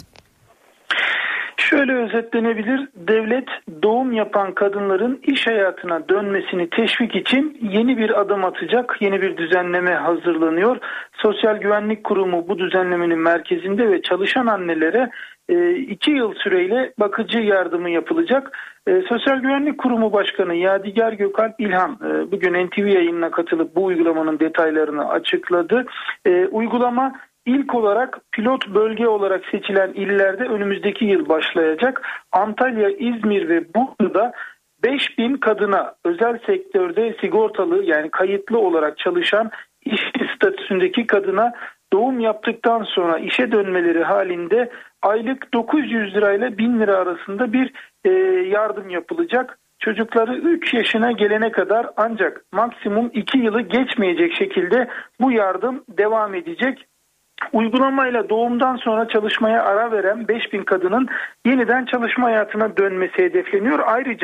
Şöyle özetlenebilir: devlet doğum yapan kadınların iş hayatına dönmesini teşvik için yeni bir adım atacak, yeni bir düzenleme hazırlanıyor. Sosyal Güvenlik Kurumu bu düzenlemenin merkezinde ve çalışan annelere iki yıl süreyle bakıcı yardımı yapılacak. Sosyal Güvenlik Kurumu Başkanı Yadigar Gökalp İlhan bugün N T V yayınına katılıp bu uygulamanın detaylarını açıkladı. Uygulama İlk olarak pilot bölge olarak seçilen illerde önümüzdeki yıl başlayacak. Antalya, İzmir ve Bursa'da beş bin kadına özel sektörde sigortalı, yani kayıtlı olarak çalışan işçi statüsündeki kadına doğum yaptıktan sonra işe dönmeleri halinde aylık dokuz yüz lirayla bin lira arasında bir e, yardım yapılacak. Çocukları üç yaşına gelene kadar, ancak maksimum iki yılı geçmeyecek şekilde bu yardım devam edecek. Uygulamayla doğumdan sonra çalışmaya ara veren beş bin kadının yeniden çalışma hayatına dönmesi hedefleniyor. Ayrıca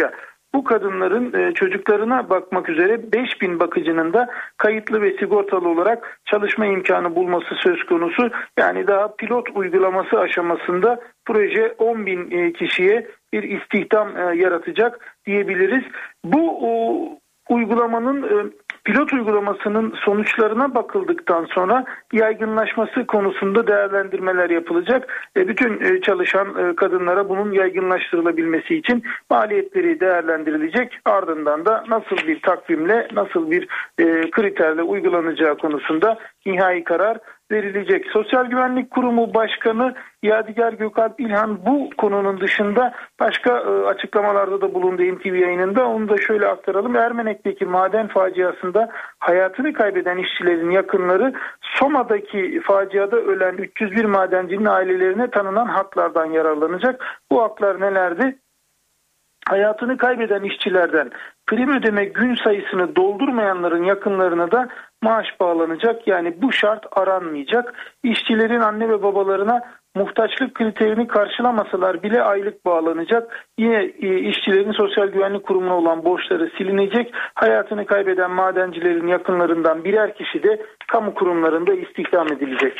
bu kadınların e, çocuklarına bakmak üzere beş bin bakıcının da kayıtlı ve sigortalı olarak çalışma imkanı bulması söz konusu. Yani daha pilot uygulaması aşamasında proje on bin e, kişiye bir istihdam e, yaratacak diyebiliriz. Bu o, uygulamanın e, pilot uygulamasının sonuçlarına bakıldıktan sonra yaygınlaşması konusunda değerlendirmeler yapılacak. E, bütün e, çalışan e, kadınlara bunun yaygınlaştırılabilmesi için maliyetleri değerlendirilecek. Ardından da nasıl bir takvimle, nasıl bir e, kriterle uygulanacağı konusunda nihai karar verilecek. Sosyal Güvenlik Kurumu Başkanı Yadigar Gökalp İlhan bu konunun dışında başka e, açıklamalarda da bulundu N T V yayınında. Onu da şöyle aktaralım. Ermenek'teki maden faciasında hayatını kaybeden işçilerin yakınları Soma'daki faciada ölen üç yüz bir madencinin ailelerine tanınan haklardan yararlanacak. Bu haklar nelerdi? Hayatını kaybeden işçilerden prim ödeme gün sayısını doldurmayanların yakınlarına da maaş bağlanacak. Yani bu şart aranmayacak. İşçilerin anne ve babalarına muhtaçlık kriterini karşılamasalar bile aylık bağlanacak. Yine işçilerin Sosyal Güvenlik Kurumu'na olan borçları silinecek. Hayatını kaybeden madencilerin yakınlarından birer kişi de kamu kurumlarında istihdam edilecek.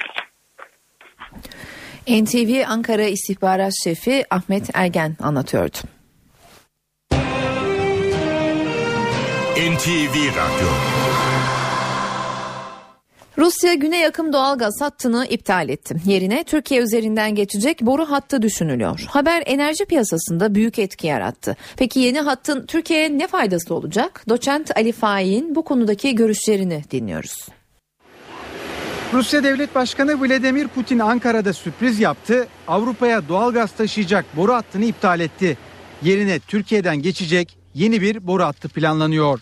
N T V Ankara İstihbarat Şefi Ahmet Ergen anlatıyordu. N T V Radyo. Rusya Güney Akım doğalgaz hattını iptal etti. Yerine Türkiye üzerinden geçecek boru hattı düşünülüyor. Haber enerji piyasasında büyük etki yarattı. Peki yeni hattın Türkiye'ye ne faydası olacak? Doçent Ali Faik'in bu konudaki görüşlerini dinliyoruz. Rusya Devlet Başkanı Vladimir Putin Ankara'da sürpriz yaptı. Avrupa'ya doğalgaz taşıyacak boru hattını iptal etti. Yerine Türkiye'den geçecek yeni bir boru hattı planlanıyor.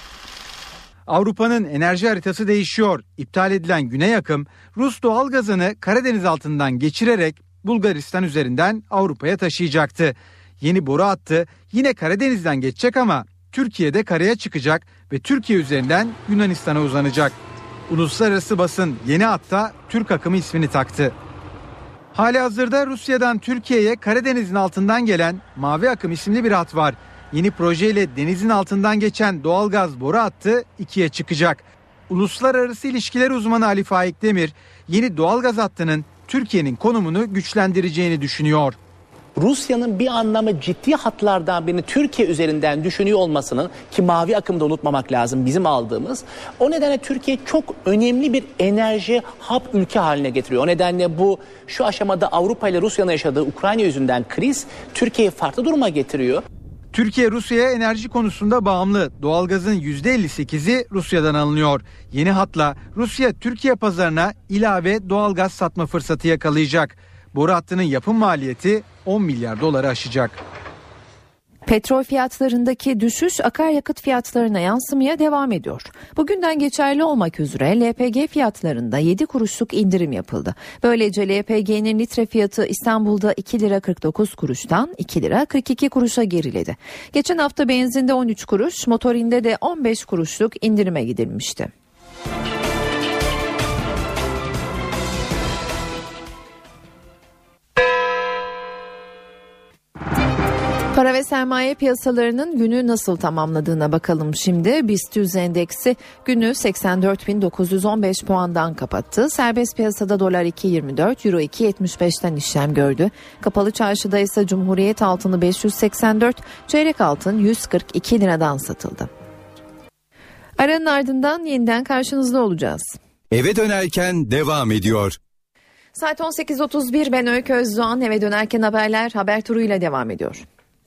Avrupa'nın enerji haritası değişiyor. İptal edilen Güney Akım, Rus doğalgazını Karadeniz altından geçirerek Bulgaristan üzerinden Avrupa'ya taşıyacaktı. Yeni boru hattı yine Karadeniz'den geçecek ama Türkiye'de karaya çıkacak ve Türkiye üzerinden Yunanistan'a uzanacak. Uluslararası basın yeni hatta Türk Akımı ismini taktı. Halihazırda Rusya'dan Türkiye'ye Karadeniz'in altından gelen Mavi Akım isimli bir hat var. Yeni projeyle denizin altından geçen doğalgaz boru hattı ikiye çıkacak. Uluslararası ilişkiler uzmanı Ali Faik Demir, yeni doğalgaz hattının Türkiye'nin konumunu güçlendireceğini düşünüyor. Rusya'nın bir anlamda ciddi hatlardan birini Türkiye üzerinden düşünüyor olmasının, ki Mavi Akım'da unutmamak lazım bizim aldığımız, o nedenle Türkiye çok önemli bir enerji hub ülke haline getiriyor. O nedenle bu şu aşamada Avrupa ile Rusya'nın yaşadığı Ukrayna yüzünden kriz Türkiye'yi farklı duruma getiriyor. Türkiye Rusya'ya enerji konusunda bağımlı. Doğalgazın yüzde elli sekizi Rusya'dan alınıyor. Yeni hatla Rusya Türkiye pazarına ilave doğalgaz satma fırsatı yakalayacak. Boru hattının yapım maliyeti on milyar doları aşacak. Petrol fiyatlarındaki düşüş akaryakıt fiyatlarına yansımaya devam ediyor. Bugünden geçerli olmak üzere L P G fiyatlarında yedi kuruşluk indirim yapıldı. Böylece L P G'nin litre fiyatı İstanbul'da iki lira kırk dokuz kuruştan iki lira kırk iki kuruşa geriledi. Geçen hafta benzinde on üç kuruş, motorinde de on beş kuruşluk indirime gidilmişti. Para ve sermaye piyasalarının günü nasıl tamamladığına bakalım şimdi. BIST yüz endeksi günü seksen dört bin dokuz yüz on beş puandan kapattı. Serbest piyasada dolar iki yirmi dört, euro iki yetmiş beşten işlem gördü. Kapalı çarşıda ise Cumhuriyet altını beş yüz seksen dört, çeyrek altın yüz kırk iki liradan satıldı. Aranın ardından yeniden karşınızda olacağız. Eve dönerken devam ediyor. Saat on sekiz otuz bir, ben Öykü Özdoğan. Eve dönerken haberler haber turuyla devam ediyor.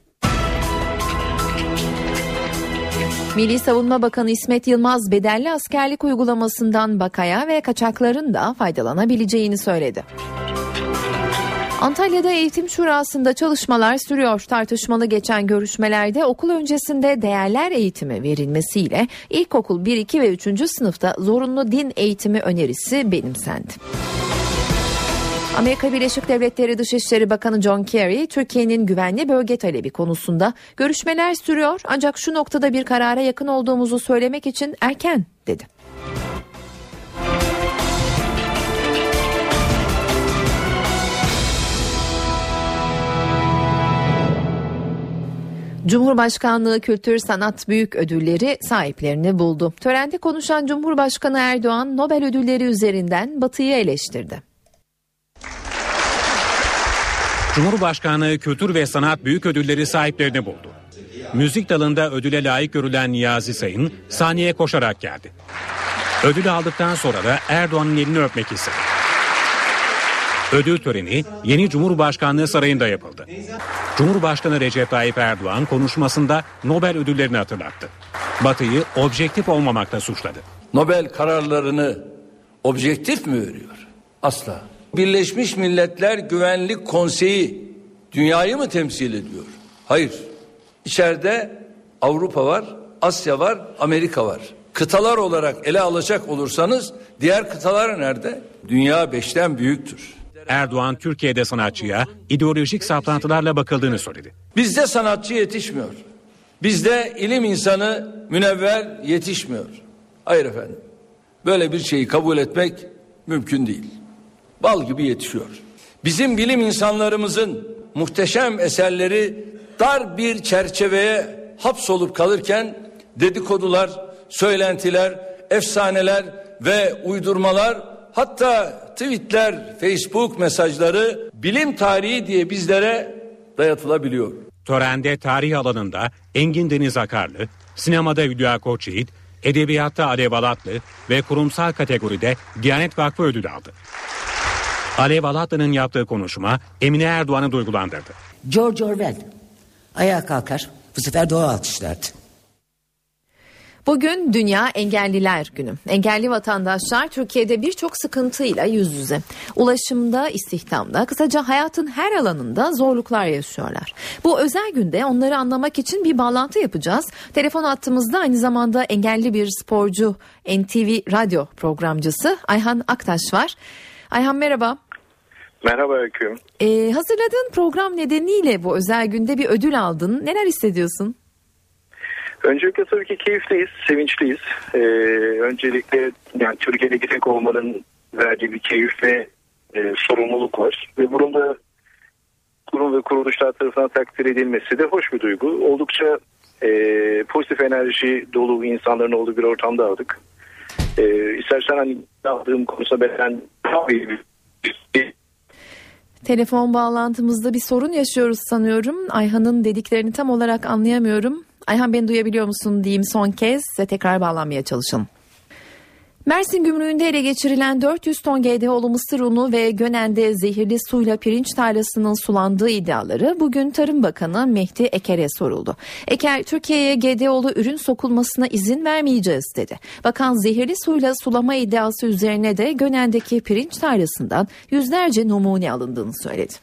Milli Savunma Bakanı İsmet Yılmaz bedelli askerlik uygulamasından bakaya ve kaçakların da faydalanabileceğini söyledi. Antalya'da Eğitim Şurası'nda çalışmalar sürüyor. Tartışmalı geçen görüşmelerde okul öncesinde değerler eğitimi verilmesiyle ilkokul bir, iki ve üçüncü sınıfta zorunlu din eğitimi önerisi benimsendi. Amerika Birleşik Devletleri Dışişleri Bakanı John Kerry, Türkiye'nin güvenli bölge talebi konusunda görüşmeler sürüyor ancak şu noktada bir karara yakın olduğumuzu söylemek için erken dedi. Cumhurbaşkanlığı Kültür Sanat Büyük Ödülleri sahiplerini buldu. Törende konuşan Cumhurbaşkanı Erdoğan, Nobel ödülleri üzerinden Batı'yı eleştirdi. Cumhurbaşkanlığı Kültür ve Sanat Büyük Ödülleri sahiplerini buldu. Müzik dalında ödüle layık görülen Niyazi Sayın sahneye koşarak geldi. Ödülü aldıktan sonra da Erdoğan'ın elini öpmek istedi. Ödül töreni yeni Cumhurbaşkanlığı Sarayı'nda yapıldı. Cumhurbaşkanı Recep Tayyip Erdoğan konuşmasında Nobel ödüllerini hatırlattı. Batı'yı objektif olmamakla suçladı. Nobel kararlarını objektif mi veriyor? Asla. Birleşmiş Milletler Güvenlik Konseyi dünyayı mı temsil ediyor? Hayır. İçeride Avrupa var, Asya var, Amerika var. Kıtalar olarak ele alacak olursanız diğer kıtalar nerede? Dünya beşten büyüktür. Erdoğan Türkiye'de sanatçıya ideolojik saplantılarla bakıldığını söyledi. Bizde sanatçı yetişmiyor. Bizde ilim insanı münevver yetişmiyor. Hayır efendim. Böyle bir şeyi kabul etmek mümkün değil. Bal gibi yetişiyor. Bizim bilim insanlarımızın muhteşem eserleri dar bir çerçeveye hapsolup kalırken dedikodular, söylentiler, efsaneler ve uydurmalar, hatta tweetler, Facebook mesajları bilim tarihi diye bizlere dayatılabiliyor. Törende tarih alanında Engin Deniz Akarlı, sinemada Hülya Koçyiğit, edebiyatta Alev Alatlı ve kurumsal kategoride Diyanet Vakfı ödülü aldı. Alev Alatlı'nın yaptığı konuşma Emine Erdoğan'ı duygulandırdı. George Orwell ayağa kalkar, bu sefer doğa alkışlardı. Bugün Dünya Engelliler Günü. Engelli vatandaşlar Türkiye'de birçok sıkıntıyla yüz yüze. Ulaşımda, istihdamda, kısaca hayatın her alanında zorluklar yaşıyorlar. Bu özel günde onları anlamak için bir bağlantı yapacağız. Telefon hattımızda aynı zamanda engelli bir sporcu, N T V radyo programcısı Ayhan Aktaş var. Ayhan merhaba. Merhaba Öykü. Ee, hazırladığın program nedeniyle bu özel günde bir ödül aldın. Neler hissediyorsun? Öncelikle tabii ki keyifliyiz, sevinçliyiz. Ee, öncelikle yani Türkiye'deki tek olmanın verdiği bir keyif ve e, sorumluluk var. Ve bunun da kurum ve kuruluşlar tarafından takdir edilmesi de hoş bir duygu. Oldukça e, pozitif enerji dolu insanların olduğu bir ortamda aldık. E, istersen hani aldığım konusunda ben tabii bir Telefon bağlantımızda bir sorun yaşıyoruz sanıyorum. Ayhan'ın dediklerini tam olarak anlayamıyorum. Ayhan beni duyabiliyor musun diyeyim son kez ve tekrar bağlanmaya çalışalım. Mersin Gümrüğü'nde ele geçirilen dört yüz ton G D O'lu mısır unu ve Gönen'de zehirli suyla pirinç tarlasının sulandığı iddiaları bugün Tarım Bakanı Mehdi Eker'e soruldu. Eker, Türkiye'ye G D O'lu ürün sokulmasına izin vermeyeceğiz dedi. Bakan zehirli suyla sulama iddiası üzerine de Gönen'deki pirinç tarlasından yüzlerce numune alındığını söyledi.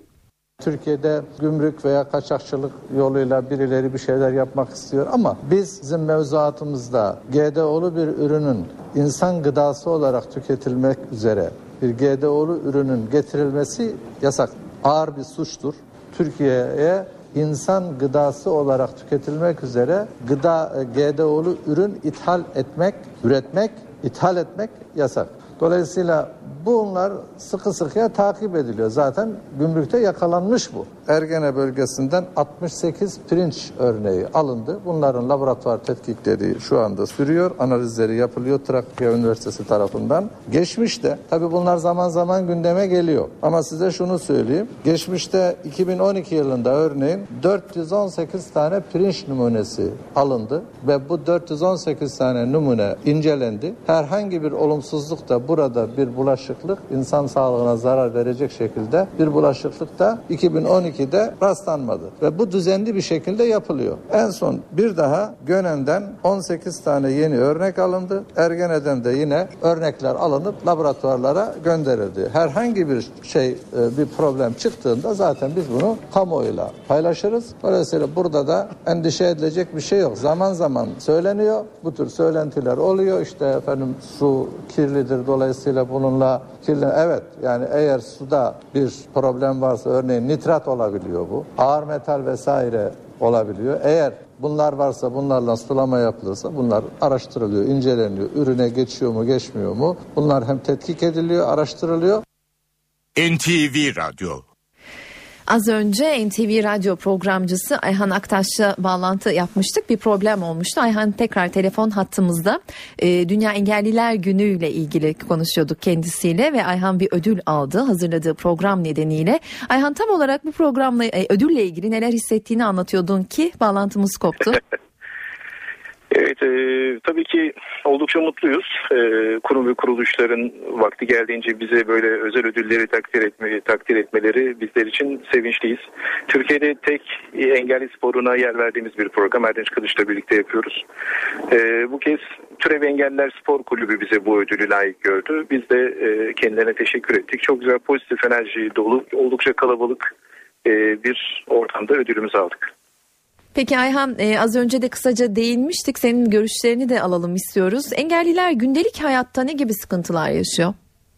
Türkiye'de gümrük veya kaçakçılık yoluyla birileri bir şeyler yapmak istiyor ama biz bizim mevzuatımızda G D O'lu bir ürünün insan gıdası olarak tüketilmek üzere bir G D O'lu ürünün getirilmesi yasak. Ağır bir suçtur. Türkiye'ye insan gıdası olarak tüketilmek üzere gıda G D O'lu ürün ithal etmek, üretmek, ithal etmek yasak. Dolayısıyla bunlar sıkı sıkıya takip ediliyor. Zaten gümrükte yakalanmış bu. Ergene bölgesinden altmış sekiz pirinç örneği alındı. Bunların laboratuvar tetkikleri şu anda sürüyor. Analizleri yapılıyor Trakya Üniversitesi tarafından. Geçmişte tabii bunlar zaman zaman gündeme geliyor. Ama size şunu söyleyeyim. Geçmişte iki bin on iki yılında örneğin dört yüz on sekiz tane pirinç numunesi alındı. Ve bu dört yüz on sekiz tane numune incelendi. Herhangi bir olumsuzluk da burada bir bulaşıklık insan sağlığına zarar verecek şekilde bir bulaşıklık da iki bin on ikide rastlanmadı. Ve bu düzenli bir şekilde yapılıyor. En son bir daha Gönen'den on sekiz tane yeni örnek alındı. Ergene'den de yine örnekler alınıp laboratuvarlara gönderildi. Herhangi bir şey bir problem çıktığında zaten biz bunu kamuoyuyla paylaşırız. Dolayısıyla burada da endişe edilecek bir şey yok. Zaman zaman söyleniyor. Bu tür söylentiler oluyor. İşte efendim su kirlidir dolayısıyla bununla kirlen. Evet yani eğer suda bir problem varsa örneğin nitrat olabiliyor bu. Ağır metal vesaire olabiliyor. Eğer bunlar varsa bunlarla sulama yapılırsa bunlar araştırılıyor, inceleniyor. Ürüne geçiyor mu geçmiyor mu? Bunlar hem tetkik ediliyor, araştırılıyor. N T V Radyo. Az önce N T V radyo programcısı Ayhan Aktaş'la bağlantı yapmıştık. Bir problem olmuştu. Ayhan tekrar telefon hattımızda. Ee, Dünya Engelliler Günü ile ilgili konuşuyorduk kendisiyle ve Ayhan bir ödül aldı hazırladığı program nedeniyle. Ayhan, tam olarak bu programla, e, ödülle ilgili neler hissettiğini anlatıyordun ki bağlantımız koptu. Evet, e, tabii ki oldukça mutluyuz. E, kurum ve kuruluşların vakti geldiğince bize böyle özel ödülleri takdir etme, takdir etmeleri bizler için sevinçliyiz. Türkiye'de tek engelli sporuna yer verdiğimiz bir program Erdinç Kılıç'la birlikte yapıyoruz. E, bu kez Türev Engelliler Spor Kulübü bize bu ödülü layık gördü. Biz de e, kendilerine teşekkür ettik. Çok güzel, pozitif enerji dolu, oldukça kalabalık e, bir ortamda ödülümüzü aldık. Peki Ayhan, e, az önce de kısaca değinmiştik. Senin görüşlerini de alalım istiyoruz. Engelliler gündelik hayatta ne gibi sıkıntılar yaşıyor?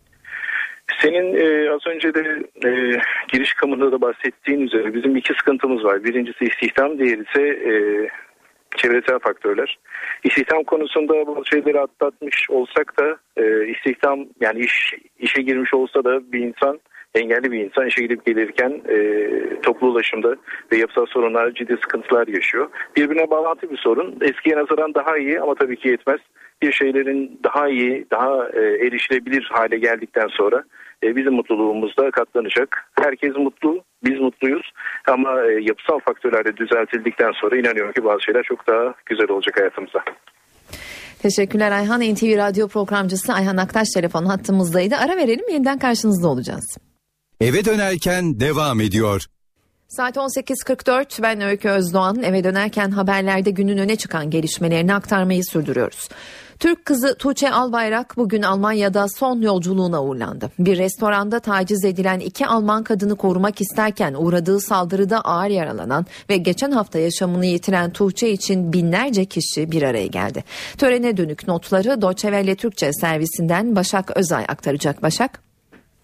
Senin e, az önce de e, giriş kamında da bahsettiğin üzere bizim iki sıkıntımız var. Birincisi istihdam, diğeri ise e, çevresel faktörler. İstihdam konusunda bazı şeyleri atlatmış olsak da e, istihdam, yani iş işe girmiş olsa da bir insan, engelli bir insan işe gidip gelirken e, toplu ulaşımda ve yapısal sorunlar, ciddi sıkıntılar yaşıyor. Birbirine bağlantı bir sorun. Eskiye nazaran daha iyi ama tabii ki yetmez. Bir şeylerin daha iyi, daha e, erişilebilir hale geldikten sonra e, bizim mutluluğumuz da katlanacak. Herkes mutlu, biz mutluyuz ama e, yapısal faktörler de düzeltildikten sonra inanıyorum ki bazı şeyler çok daha güzel olacak hayatımızda. Teşekkürler Ayhan. N T V radyo programcısı Ayhan Aktaş telefon hattımızdaydı. Ara verelim, yeniden karşınızda olacağız. Eve dönerken devam ediyor. Saat on sekiz kırk dört, ben Öykü Özdoğan. Eve dönerken haberlerde günün öne çıkan gelişmelerini aktarmayı sürdürüyoruz. Türk kızı Tuğçe Albayrak bugün Almanya'da son yolculuğuna uğurlandı. Bir restoranda taciz edilen iki Alman kadını korumak isterken uğradığı saldırıda ağır yaralanan ve geçen hafta yaşamını yitiren Tuğçe için binlerce kişi bir araya geldi. Törene dönük notları Deutsche Welle Türkçe servisinden Başak Özay aktaracak. Başak.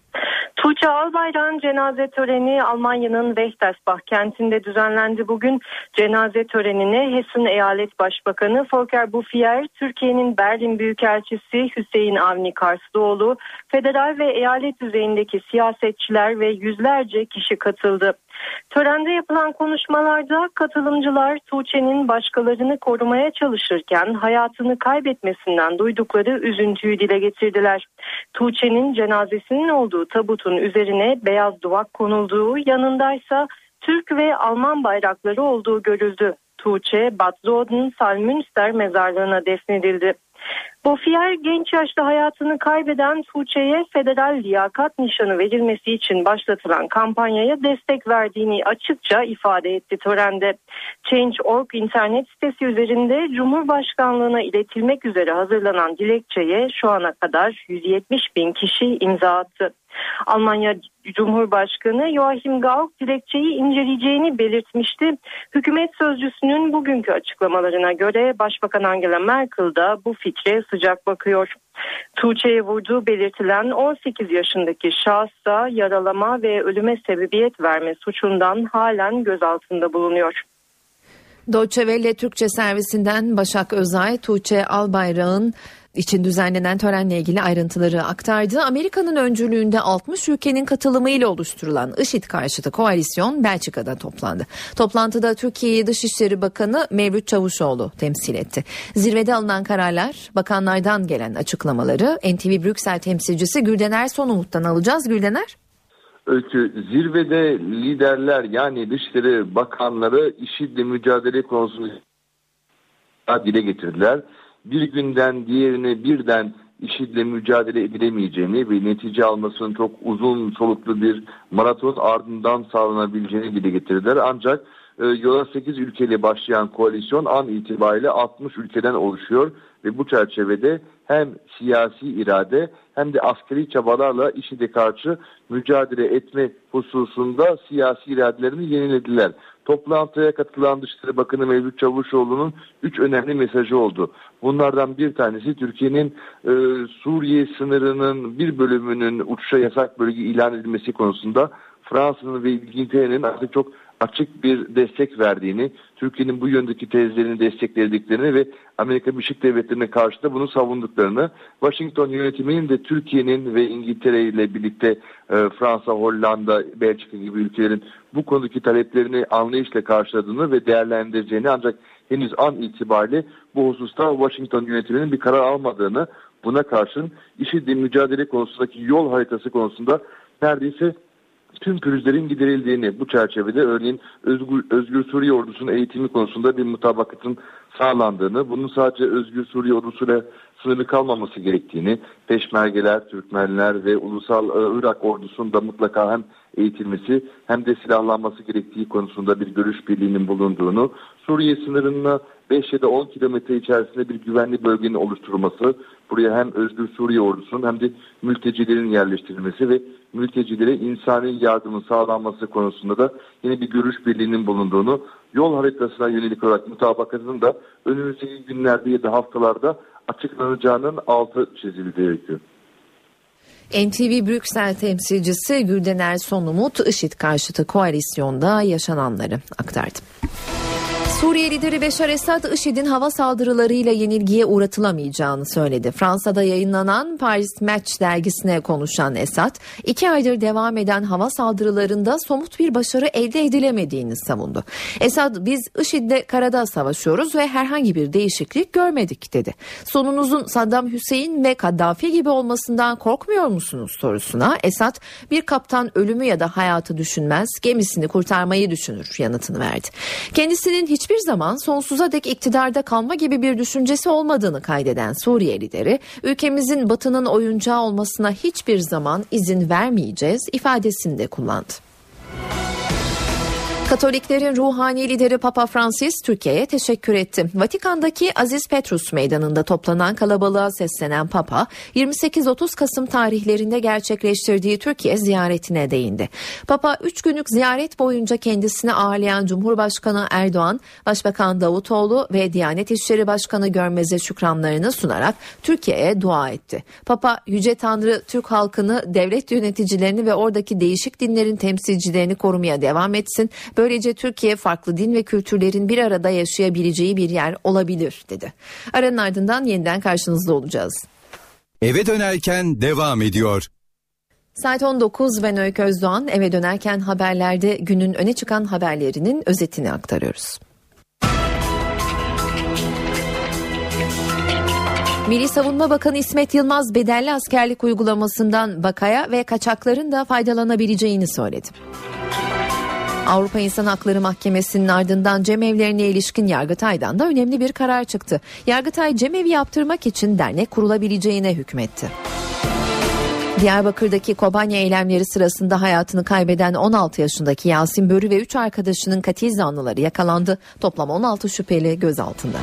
Tuğçe Albayrak'ın cenaze töreni Almanya'nın Wächtersbach kentinde düzenlendi. Bugün cenaze törenine Hessen Eyalet Başbakanı Volker Bouffier, Türkiye'nin Berlin Büyükelçisi Hüseyin Avni Karslıoğlu, federal ve eyalet düzeyindeki siyasetçiler ve yüzlerce kişi katıldı. Törende yapılan konuşmalarda katılımcılar Tuğçe'nin başkalarını korumaya çalışırken hayatını kaybetmesinden duydukları üzüntüyü dile getirdiler. Tuğçe'nin cenazesinin olduğu tabutun üzerine beyaz duvak konulduğu, yanındaysa Türk ve Alman bayrakları olduğu görüldü. Tuğçe, Bad Soden-Salmünster mezarlığına defnedildi. Bouffier, genç yaşta hayatını kaybeden Tuğçe'ye federal liyakat nişanı verilmesi için başlatılan kampanyaya destek verdiğini açıkça ifade etti törende. Change nokta org internet sitesi üzerinde Cumhurbaşkanlığına iletilmek üzere hazırlanan dilekçeye şu ana kadar yüz yetmiş bin kişi imza attı. Almanya Cumhurbaşkanı Joachim Gauck dilekçeyi inceleyeceğini belirtmişti. Hükümet sözcüsünün bugünkü açıklamalarına göre Başbakan Angela Merkel da bu fikre sıcak bakıyor. Tuğçe'ye vurduğu belirtilen on sekiz yaşındaki şahıs yaralama ve ölüme sebebiyet verme suçundan halen gözaltında bulunuyor. Deutsche Welle Türkçe servisinden Başak Özay, Tuğçe Albayrak'ın için düzenlenen törenle ilgili ayrıntıları aktardı. Amerika'nın öncülüğünde altmış ülkenin katılımıyla oluşturulan IŞİD karşıtı koalisyon Belçika'da toplandı. Toplantıda Türkiye'yi Dışişleri Bakanı Mevlüt Çavuşoğlu temsil etti. Zirvede alınan kararlar, bakanlardan gelen açıklamaları N T V Brüksel temsilcisi Güldener Sonumut'tan alacağız. Güldener. Öykü, zirvede liderler, yani Dışişleri Bakanları IŞİD'le mücadele konusunu dile getirdiler. Bir günden diğerine birden IŞİD'le mücadele edilemeyeceğini ve netice almasının çok uzun soluklu bir maraton ardından sağlanabileceğini dile getirdiler. Ancak e, yola sekiz ülkeyle başlayan koalisyon an itibariyle altmış ülkeden oluşuyor ve bu çerçevede hem siyasi irade hem de askeri çabalarla IŞİD'e karşı mücadele etme hususunda siyasi iradelerini yenilediler. Toplantıya katılan Dışişleri Bakanı Mevlüt Çavuşoğlu'nun üç önemli mesajı oldu. Bunlardan bir tanesi Türkiye'nin e, Suriye sınırının bir bölümünün uçuşa yasak bölge ilan edilmesi konusunda Fransa'nın ve İngiltere'nin artık çok açık bir destek verdiğini, Türkiye'nin bu yöndeki tezlerini desteklediklerini ve Amerika Birleşik Devletleri'ne karşı da bunu savunduklarını, Washington yönetiminin de Türkiye'nin ve İngiltere ile birlikte e, Fransa, Hollanda, Belçika gibi ülkelerin bu konudaki taleplerini anlayışla karşıladığını ve değerlendireceğini, ancak henüz an itibariyle bu hususta Washington yönetiminin bir karar almadığını, buna karşın IŞİD'le mücadele konusundaki yol haritası konusunda neredeyse tüm pürüzlerin giderildiğini, bu çerçevede örneğin Özgür, Özgür Suriye Ordusu'nun eğitimi konusunda bir mutabakatın sağlandığını, bunun sadece Özgür Suriye Ordusu'yla sınırlı kalmaması gerektiğini, Peşmergeler, Türkmenler ve Ulusal e, Irak Ordusu'nun da mutlaka hem eğitilmesi hem de silahlanması gerektiği konusunda bir görüş birliğinin bulunduğunu, Suriye sınırına beş ya da on kilometre içerisinde bir güvenli bölgenin oluşturulması, buraya hem Özgür Suriye Ordusu'nun hem de mültecilerin yerleştirilmesi ve mültecilere insani yardımın sağlanması konusunda da yine bir görüş birliğinin bulunduğunu, yol haritasına yönelik olarak mutabakatının da önümüzdeki günlerde ya da haftalarda açıklanacağının altı çizildi gerekiyor. N T V Brüksel temsilcisi Gülden Erson Umut, IŞİD karşıtı koalisyonda yaşananları aktardı. Suriye lideri Beşar Esad, IŞİD'in hava saldırılarıyla yenilgiye uğratılamayacağını söyledi. Fransa'da yayınlanan Paris Match dergisine konuşan Esad, iki aydır devam eden hava saldırılarında somut bir başarı elde edilemediğini savundu. Esad, biz IŞİD'le karada savaşıyoruz ve herhangi bir değişiklik görmedik dedi. Sonunuzun Saddam Hüseyin ve Kaddafi gibi olmasından korkmuyor musunuz sorusuna Esad, bir kaptan ölümü ya da hayatı düşünmez, gemisini kurtarmayı düşünür yanıtını verdi. Kendisinin hiç Hiçbir zaman sonsuza dek iktidarda kalma gibi bir düşüncesi olmadığını kaydeden Suriye lideri, ülkemizin Batı'nın oyuncağı olmasına hiçbir zaman izin vermeyeceğiz ifadesini de kullandı. Katoliklerin ruhani lideri Papa Francis Türkiye'ye teşekkür etti. Vatikan'daki Aziz Petrus Meydanı'nda toplanan kalabalığa seslenen Papa, yirmi sekiz otuz Kasım tarihlerinde gerçekleştirdiği Türkiye ziyaretine değindi. Papa üç günlük ziyaret boyunca kendisini ağırlayan Cumhurbaşkanı Erdoğan, Başbakan Davutoğlu ve Diyanet İşleri Başkanı Görmez'e şükranlarını sunarak Türkiye'ye dua etti. Papa, Yüce Tanrı Türk halkını, devlet yöneticilerini ve oradaki değişik dinlerin temsilcilerini korumaya devam etsin. Böylece Türkiye farklı din ve kültürlerin bir arada yaşayabileceği bir yer olabilir dedi. Aranın ardından yeniden karşınızda olacağız. Eve dönerken devam ediyor. Saat on dokuz, ben Öykü Özdoğan. Eve dönerken haberlerde günün öne çıkan haberlerinin özetini aktarıyoruz. Milli Savunma Bakanı İsmet Yılmaz bedelli askerlik uygulamasından vakaya ve kaçakların da faydalanabileceğini söyledi. Avrupa İnsan Hakları Mahkemesi'nin ardından cemevlerine ilişkin Yargıtay'dan da önemli bir karar çıktı. Yargıtay cemevi yaptırmak için dernek kurulabileceğine hükmetti. Diyarbakır'daki Kobanya eylemleri sırasında hayatını kaybeden on altı yaşındaki Yasin Börü ve üç arkadaşının katil zanlıları yakalandı. Toplam on altı şüpheli gözaltında.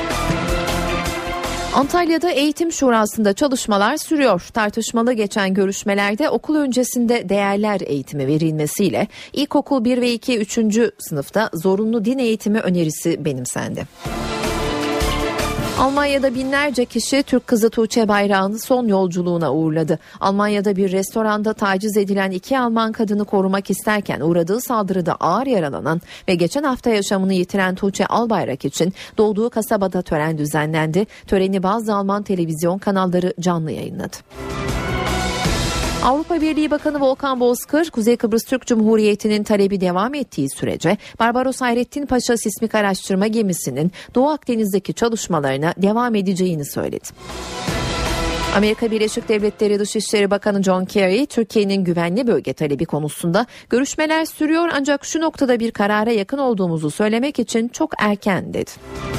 Antalya'da Eğitim Şurası'nda çalışmalar sürüyor. Tartışmalı geçen görüşmelerde okul öncesinde değerler eğitimi verilmesiyle ilkokul bir ve iki üçüncü sınıfta zorunlu din eğitimi önerisi benimsendi. Almanya'da binlerce kişi Türk kızı Tuğçe Bayrağı'nı son yolculuğuna uğurladı. Almanya'da bir restoranda taciz edilen iki Alman kadını korumak isterken uğradığı saldırıda ağır yaralanan ve geçen hafta yaşamını yitiren Tuğçe Albayrak için doğduğu kasabada tören düzenlendi. Töreni bazı Alman televizyon kanalları canlı yayınladı. Avrupa Birliği Bakanı Volkan Bozkır, Kuzey Kıbrıs Türk Cumhuriyeti'nin talebi devam ettiği sürece Barbaros Hayrettin Paşa sismik araştırma gemisinin Doğu Akdeniz'deki çalışmalarına devam edeceğini söyledi. Amerika Birleşik Devletleri Dışişleri Bakanı John Kerry, Türkiye'nin güvenli bölge talebi konusunda görüşmeler sürüyor ancak şu noktada bir karara yakın olduğumuzu söylemek için çok erken dedi.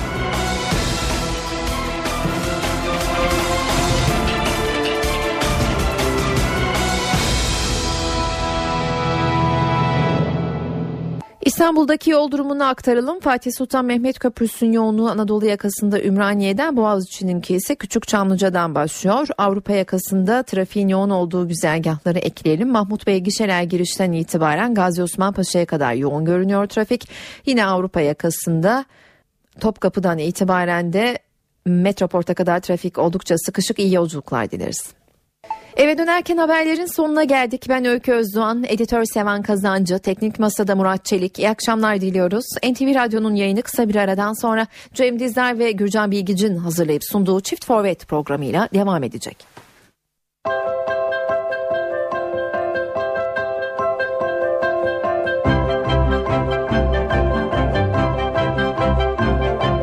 İstanbul'daki yol durumunu aktaralım. Fatih Sultan Mehmet Köprüsü'nün yoğunluğu Anadolu yakasında Ümraniye'den, Boğaziçi'ninki ise Küçükçamlıca'dan başlıyor. Avrupa yakasında trafiğin yoğun olduğu güzergahları ekleyelim. Mahmut Bey gişeler girişten itibaren Gazi Osman Paşa'ya kadar yoğun görünüyor trafik. Yine Avrupa yakasında Topkapı'dan itibaren de Metroport'a kadar trafik oldukça sıkışık. İyi yolculuklar dileriz. Eve dönerken haberlerin sonuna geldik. Ben Öykü Özdoğan, editör Sevan Kazancı, teknik masada Murat Çelik. İyi akşamlar diliyoruz. N T V Radyo'nun yayını kısa bir aradan sonra Cem Dizdar ve Gürcan Bilgic'in hazırlayıp sunduğu Çift Forvet programıyla devam edecek.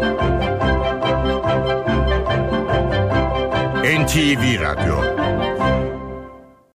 N T V Radyo